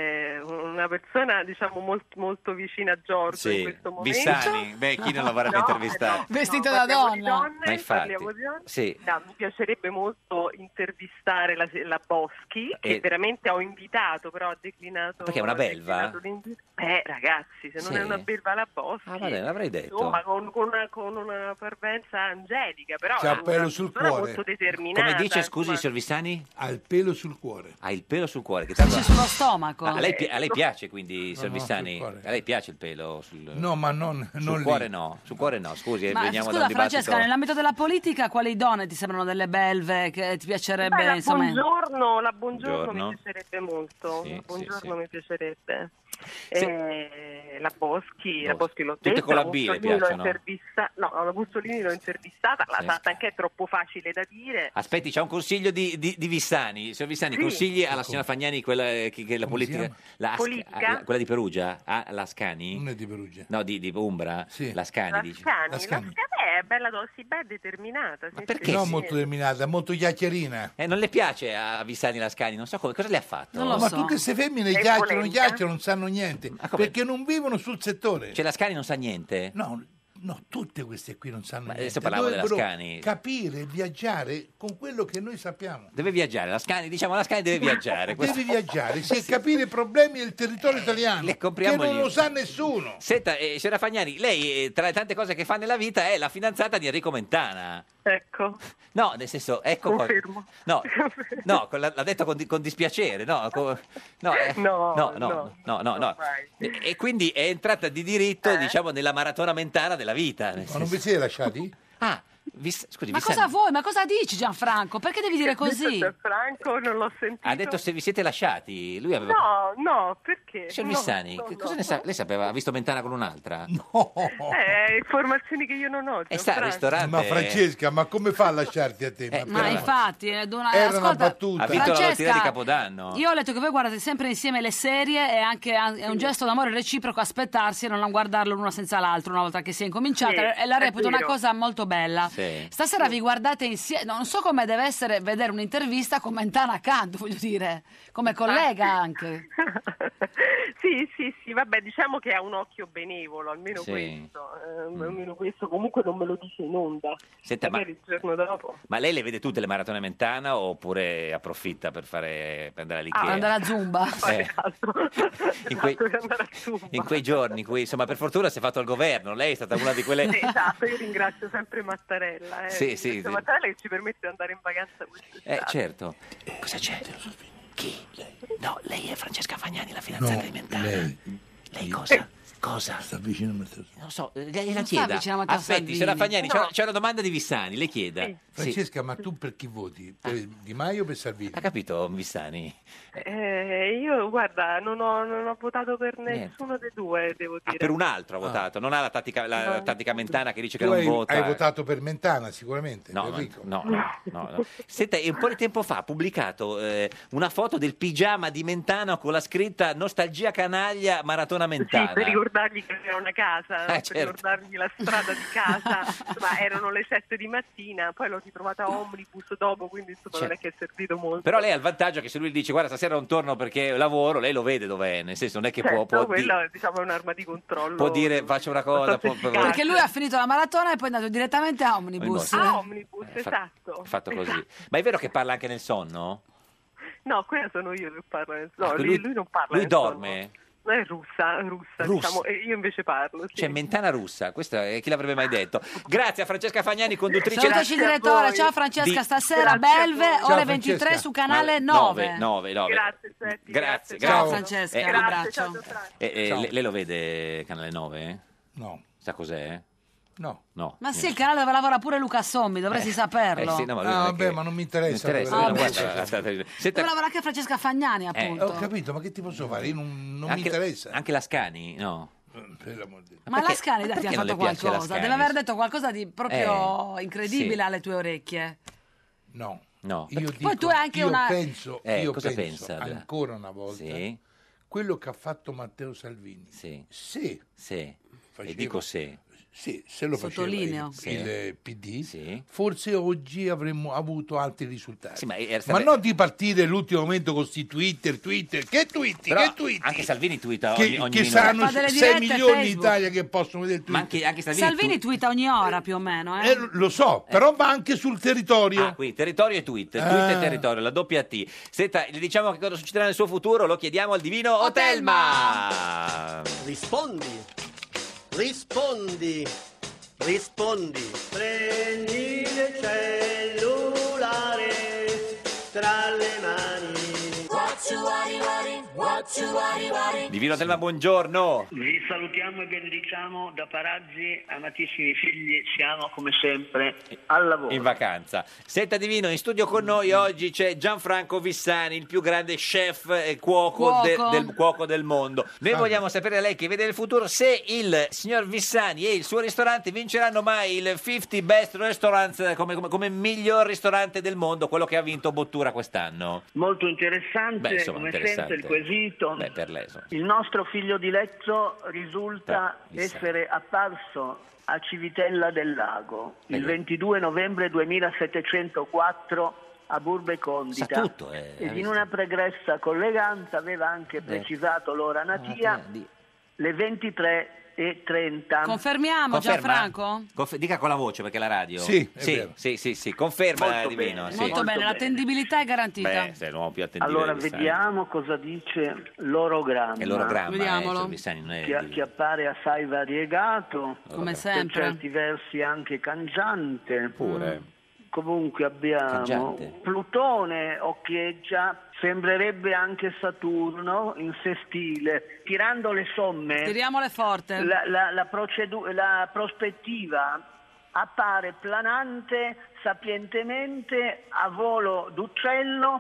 è una persona diciamo molto, molto vicina a Giorgio Sì. in questo momento. Vissani, beh, chi non lo vorrebbe No, intervistare? no, Vestito no, da parliamo di donna. donne, Ma infatti, parliamo di donne. sì. No, mi piacerebbe molto intervistare la, la Boschi, che E- veramente ho invitato, però ha declinato. Perché è una ha belva? declinato l'invito. Eh, ragazzi, se non Sì. è una belva la Boschi. Ah, vabbè, l'avrei detto. Insomma, con, con una, con una parvenza angelica, però C'ha è il pelo una sul persona cuore. molto determinata. Come dice, scusi, insomma. signor Vissani? Ha il pelo sul cuore. Ha il pelo sul cuore. Che tanto... Dice sullo stomaco. Ah, a, lei, pi- a lei piace quindi, signor no, Vissani? sul cuore. A lei piace il pelo? Sul, No, ma non, sul non lì. cuore no, sul cuore no, scusi, eh, Ma veniamo da scusa un dibattito... Francesca, nell'ambito della politica quali donne ti sembrano delle belve che ti piacerebbe Beh, la insomma? buongiorno, la buongiorno, Buongiorno. mi piacerebbe molto. Sì, la buongiorno sì, sì. mi piacerebbe. Sì. Eh, la Boschi, la Boschi. Boschi l'ho Tutte detta, con la la B le Mussolini l'ho piacciono? intervista- no, la Mussolini l'ho intervistata, la Sì. fatta anche è troppo facile da dire. Aspetti, c'è un consiglio di, di, di Vissani. Signor Vissani, Sì. consigli alla signora Fagnani quella eh, che, che la Come si politica, chiama? la, Asca- Politica? la- quella di Perugia, ah, la Scani? Non è di Perugia. No, di, di Umbra, Sì. la Scani La dice. Scani, La la Scani. Scani è bella dossi, bella determinata. sì, perché sì, non sì. molto determinata, molto chiacchierina. Eh, non le piace a Vissani la Scani? Non so come, cosa le ha fatto? Non lo Ma so. tutte queste femmine È chiacchierano, polemica? chiacchierano, non sanno niente. Ma come? Perché non vivono sul settore. Cioè la Scani non sa niente? No, no, tutte queste qui non sanno Ma niente. adesso parlavo della Dovrebbero Scani. capire, viaggiare con quello che noi sappiamo. Deve viaggiare, la Scani, diciamo la Scani deve viaggiare. Questo- Devi viaggiare, sì, e capire i problemi del territorio italiano, le che compriamo non gli- lo sa nessuno. Senta, eh, signora Fagnani, lei eh, tra le tante cose che fa nella vita è la fidanzata di Enrico Mentana. Ecco, No, nel senso, ecco qua. confermo. No, no, con la- l'ha detto con, di- con dispiacere, no? co- no, eh, No, no, no, no, no, no, no. vai. E, e quindi è entrata di diritto, Eh? diciamo, nella maratona mentana della vita. nel Ma non senso- vi siete lasciati? Ah, vis- scusi, Ma Vissani, cosa vuoi? Ma cosa dici Gianfranco? Perché devi dire così? Franco non l'ho sentito. ha detto se vi siete lasciati, lui aveva... No, no, perché? Signor No, Vissani, no, che no. cosa ne sa? Lei sapeva, ha visto Mentana con un'altra? No. Eh, informazioni che io non ho. E sta al Gianfranco. ristorante... Ma Francesca, ma come fa a lasciarti a te? Eh, Ma Ma però- infatti, è una, Era una ascolta, battuta. Ha vinto la Francesca, lotteria di Capodanno. Io ho letto che voi guardate sempre insieme le serie e anche è un gesto d'amore reciproco aspettarsi e non guardarlo l'una senza l'altro una volta che si è incominciata Sì, e la è reputo una vero. cosa molto bella. Sì. Stasera vi guardate insieme, non so come deve essere vedere un'intervista con Mentana accanto, voglio dire, come collega anche. Sì, sì, sì, vabbè, diciamo che ha un occhio benevolo, almeno Sì. questo. eh, almeno questo, comunque non me lo dice in onda. Senta, ma, Magari il giorno dopo. ma lei le vede tutte le maratone Mentana oppure approfitta per fare per andare Ah, all'Ikea? andare a Zumba. Eh, in, quei, Esatto, per andare a Zumba. in quei giorni in cui insomma per fortuna si è fatto il governo, lei è stata una di quelle... Sì, esatto, io ringrazio sempre Mattarella. Eh. Sì, sì, Ringrazio sì. Mattarella che ci permette di andare in vacanza quest'estate. Eh certo. Cosa c'è? Chi? No, lei è Francesca Fagnani, la fidanzata No, di Mentana. lei. Lei cosa? Cosa? Sta vicino a Matteo. Non so, eh, gliela sta chieda. vicino a Matteo Aspetti, Salvini. signora Fagnani, c'è, No. c'è una domanda di Vissani, le chieda. Sì. Sì. Francesca, ma tu per chi voti? Per Di Maio o per Salvini? Ha capito Vissani? Eh, io, guarda, non ho, non ho votato per nessuno dei due, devo Ah, dire. per un altro ha votato, non ha la tattica, la No. tattica Mentana che dice che Tu non hai, vota. hai votato per Mentana sicuramente, No, per no, Enrico. no, no, no, no. Senta, un po' di tempo fa ha pubblicato eh, una foto del pigiama di Mentana con la scritta Nostalgia canaglia maratona Sì, Mentana. per ricordargli che era una casa, Eh, per certo. ricordargli la strada di casa, ma erano le sette di mattina, poi l'ho ritrovata a Omnibus dopo, quindi insomma non è che è servito molto. Però lei ha il vantaggio che se lui dice guarda stasera non torno perché lavoro, lei lo vede dov'è, nel senso non è che Certo, può, può, di- quella diciamo è un'arma di controllo. può dire faccio una cosa, può, può- Perché lui ha finito la maratona e poi è andato direttamente a Omnibus. Ah, Omnibus, è fa- esatto. è fatto così. Ma è vero che parla anche nel sonno? No, quella sono io che parlo nel no, Ah, lui, lui- lui non parla lui nel dorme? sonno. È russa, russa, Russa. diciamo, e io invece parlo. Sì. C'è Mentana russa, questo è chi l'avrebbe mai detto. Grazie a Francesca Fagnani, conduttrice Salutaci Grazie a direttore, voi. ciao Francesca, Di- stasera Grazie a Belve, voi. ore Ciao, ventitré Francesca. su canale nove, nove. nove, nove. Grazie, Seppi, Grazie, Ciao grazie. Francesca, Eh, un Grazie, ciao, abbraccio. ciao, Fra. Eh, eh, Ciao. le- lei lo vede canale nove? No. Sa cos'è? No. No. Ma sì, il canale dove lavora pure Luca Sommi, dovresti saperlo. Eh sì, no, ma lui Ah, non è vabbè, che- ma non mi interessa. Non interessa, Ah, lui non vabbè, guarda- sì, sì. Senta- Dove lavora anche Francesca Fagnani, appunto. Ho capito, ma che ti posso fare? Io non, non mi Anche- interessa. Anche la Scani? No. Per l'amor di Dio. Ma la Scani dai, ti perché ha non le fatto piace la qualcosa, Scani? deve aver detto qualcosa di proprio Eh, incredibile sì. alle tue orecchie. No. No. Io Poi dico, tu hai anche io una- penso, Eh, io cosa penso pensa della- ancora una volta Sì. quello che ha fatto Matteo Salvini. Sì. Se Sì. faceva- E dico se. Sì, se lo Sottolineo. faceva il, il P D, Sì. forse oggi avremmo avuto altri risultati. Sì, ma era- Ma non di partire l'ultimo momento con sti Twitter, Twitter, che twitti, Però che twitti, anche Salvini twitta che, ogni, ogni che minuto. saranno Fa delle sei dirette milioni in Facebook. Italia che possono vedere il Ma Twitter. anche, anche Salvini, Salvini tu- twitta ogni ora più o meno, eh? Eh, lo so, però va anche sul territorio. Ah, quindi territorio e tweet, tweet Ah. e territorio, la doppia T. Senta, gli diciamo che cosa succederà nel suo futuro, lo chiediamo al divino Otelma. Rispondi, rispondi, rispondi. Prendi il cellulare tra le mani. Divino Otelma, buongiorno. Vi salutiamo e benediciamo da Parazzi, amatissimi figli, siamo come sempre al lavoro. In vacanza. Senta Divino, in studio con noi oggi c'è Gianfranco Vissani, il più grande chef e cuoco, Cuoco. de- del, cuoco del mondo. Noi vogliamo sapere, lei che vede nel futuro, se il signor Vissani e il suo ristorante vinceranno mai il cinquanta Best Restaurants come, come- come miglior ristorante del mondo, quello che ha vinto Bottura quest'anno. Molto interessante, Beh, insomma, come interessante. sempre il quesito. Beh, per lei, insomma. Il nostro figlio diletto risulta Beh, Vissani. essere apparso a Civitella del Lago il Beh. ventidue novembre duemilasettecentoquattro a Burbe Condita. Sa tutto, eh, ha Ed in visto. una pregressa colleganza aveva anche precisato l'ora natia, le ventitré e trenta. Confermiamo, Conferma? Gianfranco? Conf- dica con la voce perché è la radio. Sì, è sì, vero. sì, sì, sì, conferma Molto Divino. bene, sì. Molto bene, l'attendibilità è garantita. Beh, sei l'uomo più attendibile Allora di Vissani. vediamo cosa dice l'orogramma. È l'orogramma, eh, Vediamolo. signor Vissani, non è Che, di- che appare assai variegato, Come per sempre. certi versi anche cangiante. Pure. Comunque abbiamo Cangiante. Plutone occhieggia, sembrerebbe anche Saturno in sestile. Tirando le somme, Tiriamole forte. la, la, la procedu- la prospettiva appare planante sapientemente a volo d'uccello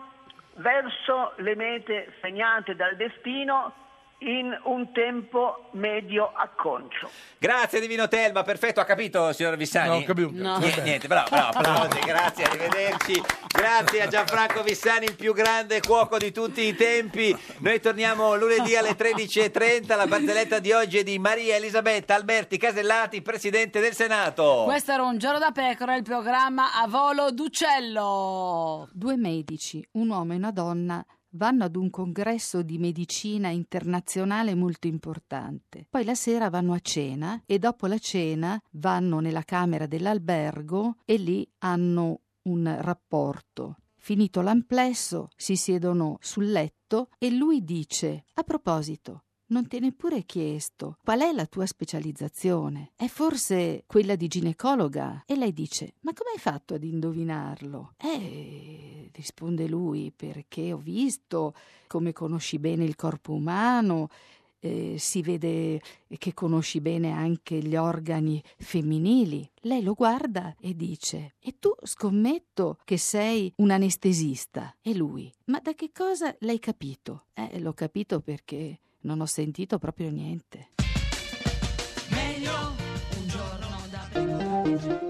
verso le mete segnate dal destino in un tempo medio acconcio. Grazie Divino Telma, perfetto, ha capito signor Vissani? No, ho capito. No. Niente, niente, bravo, bravo, applausi, grazie, arrivederci. Grazie a Gianfranco Vissani, il più grande cuoco di tutti i tempi. Noi torniamo lunedì alle tredici e trenta. La barzelletta di oggi è di Maria Elisabetta Alberti Casellati, Presidente del Senato. Questo era Un giorno da pecora, il programma a volo d'uccello. Due medici, un uomo e una donna, vanno ad un congresso di medicina internazionale molto importante. Poi la sera vanno a cena e dopo la cena vanno nella camera dell'albergo e lì hanno un rapporto. Finito l'amplesso, si siedono sul letto e lui dice: a proposito, non ti ho neppure chiesto qual è la tua specializzazione. È forse quella di ginecologa? E lei dice: ma come hai fatto ad indovinarlo? Eh, risponde lui, perché ho visto come conosci bene il corpo umano, eh, si vede che conosci bene anche gli organi femminili. Lei lo guarda e dice: e tu scommetto che sei un anestesista? E lui: ma da che cosa l'hai capito? Eh, l'ho capito perché non ho sentito proprio niente. Meglio un giorno da pecora.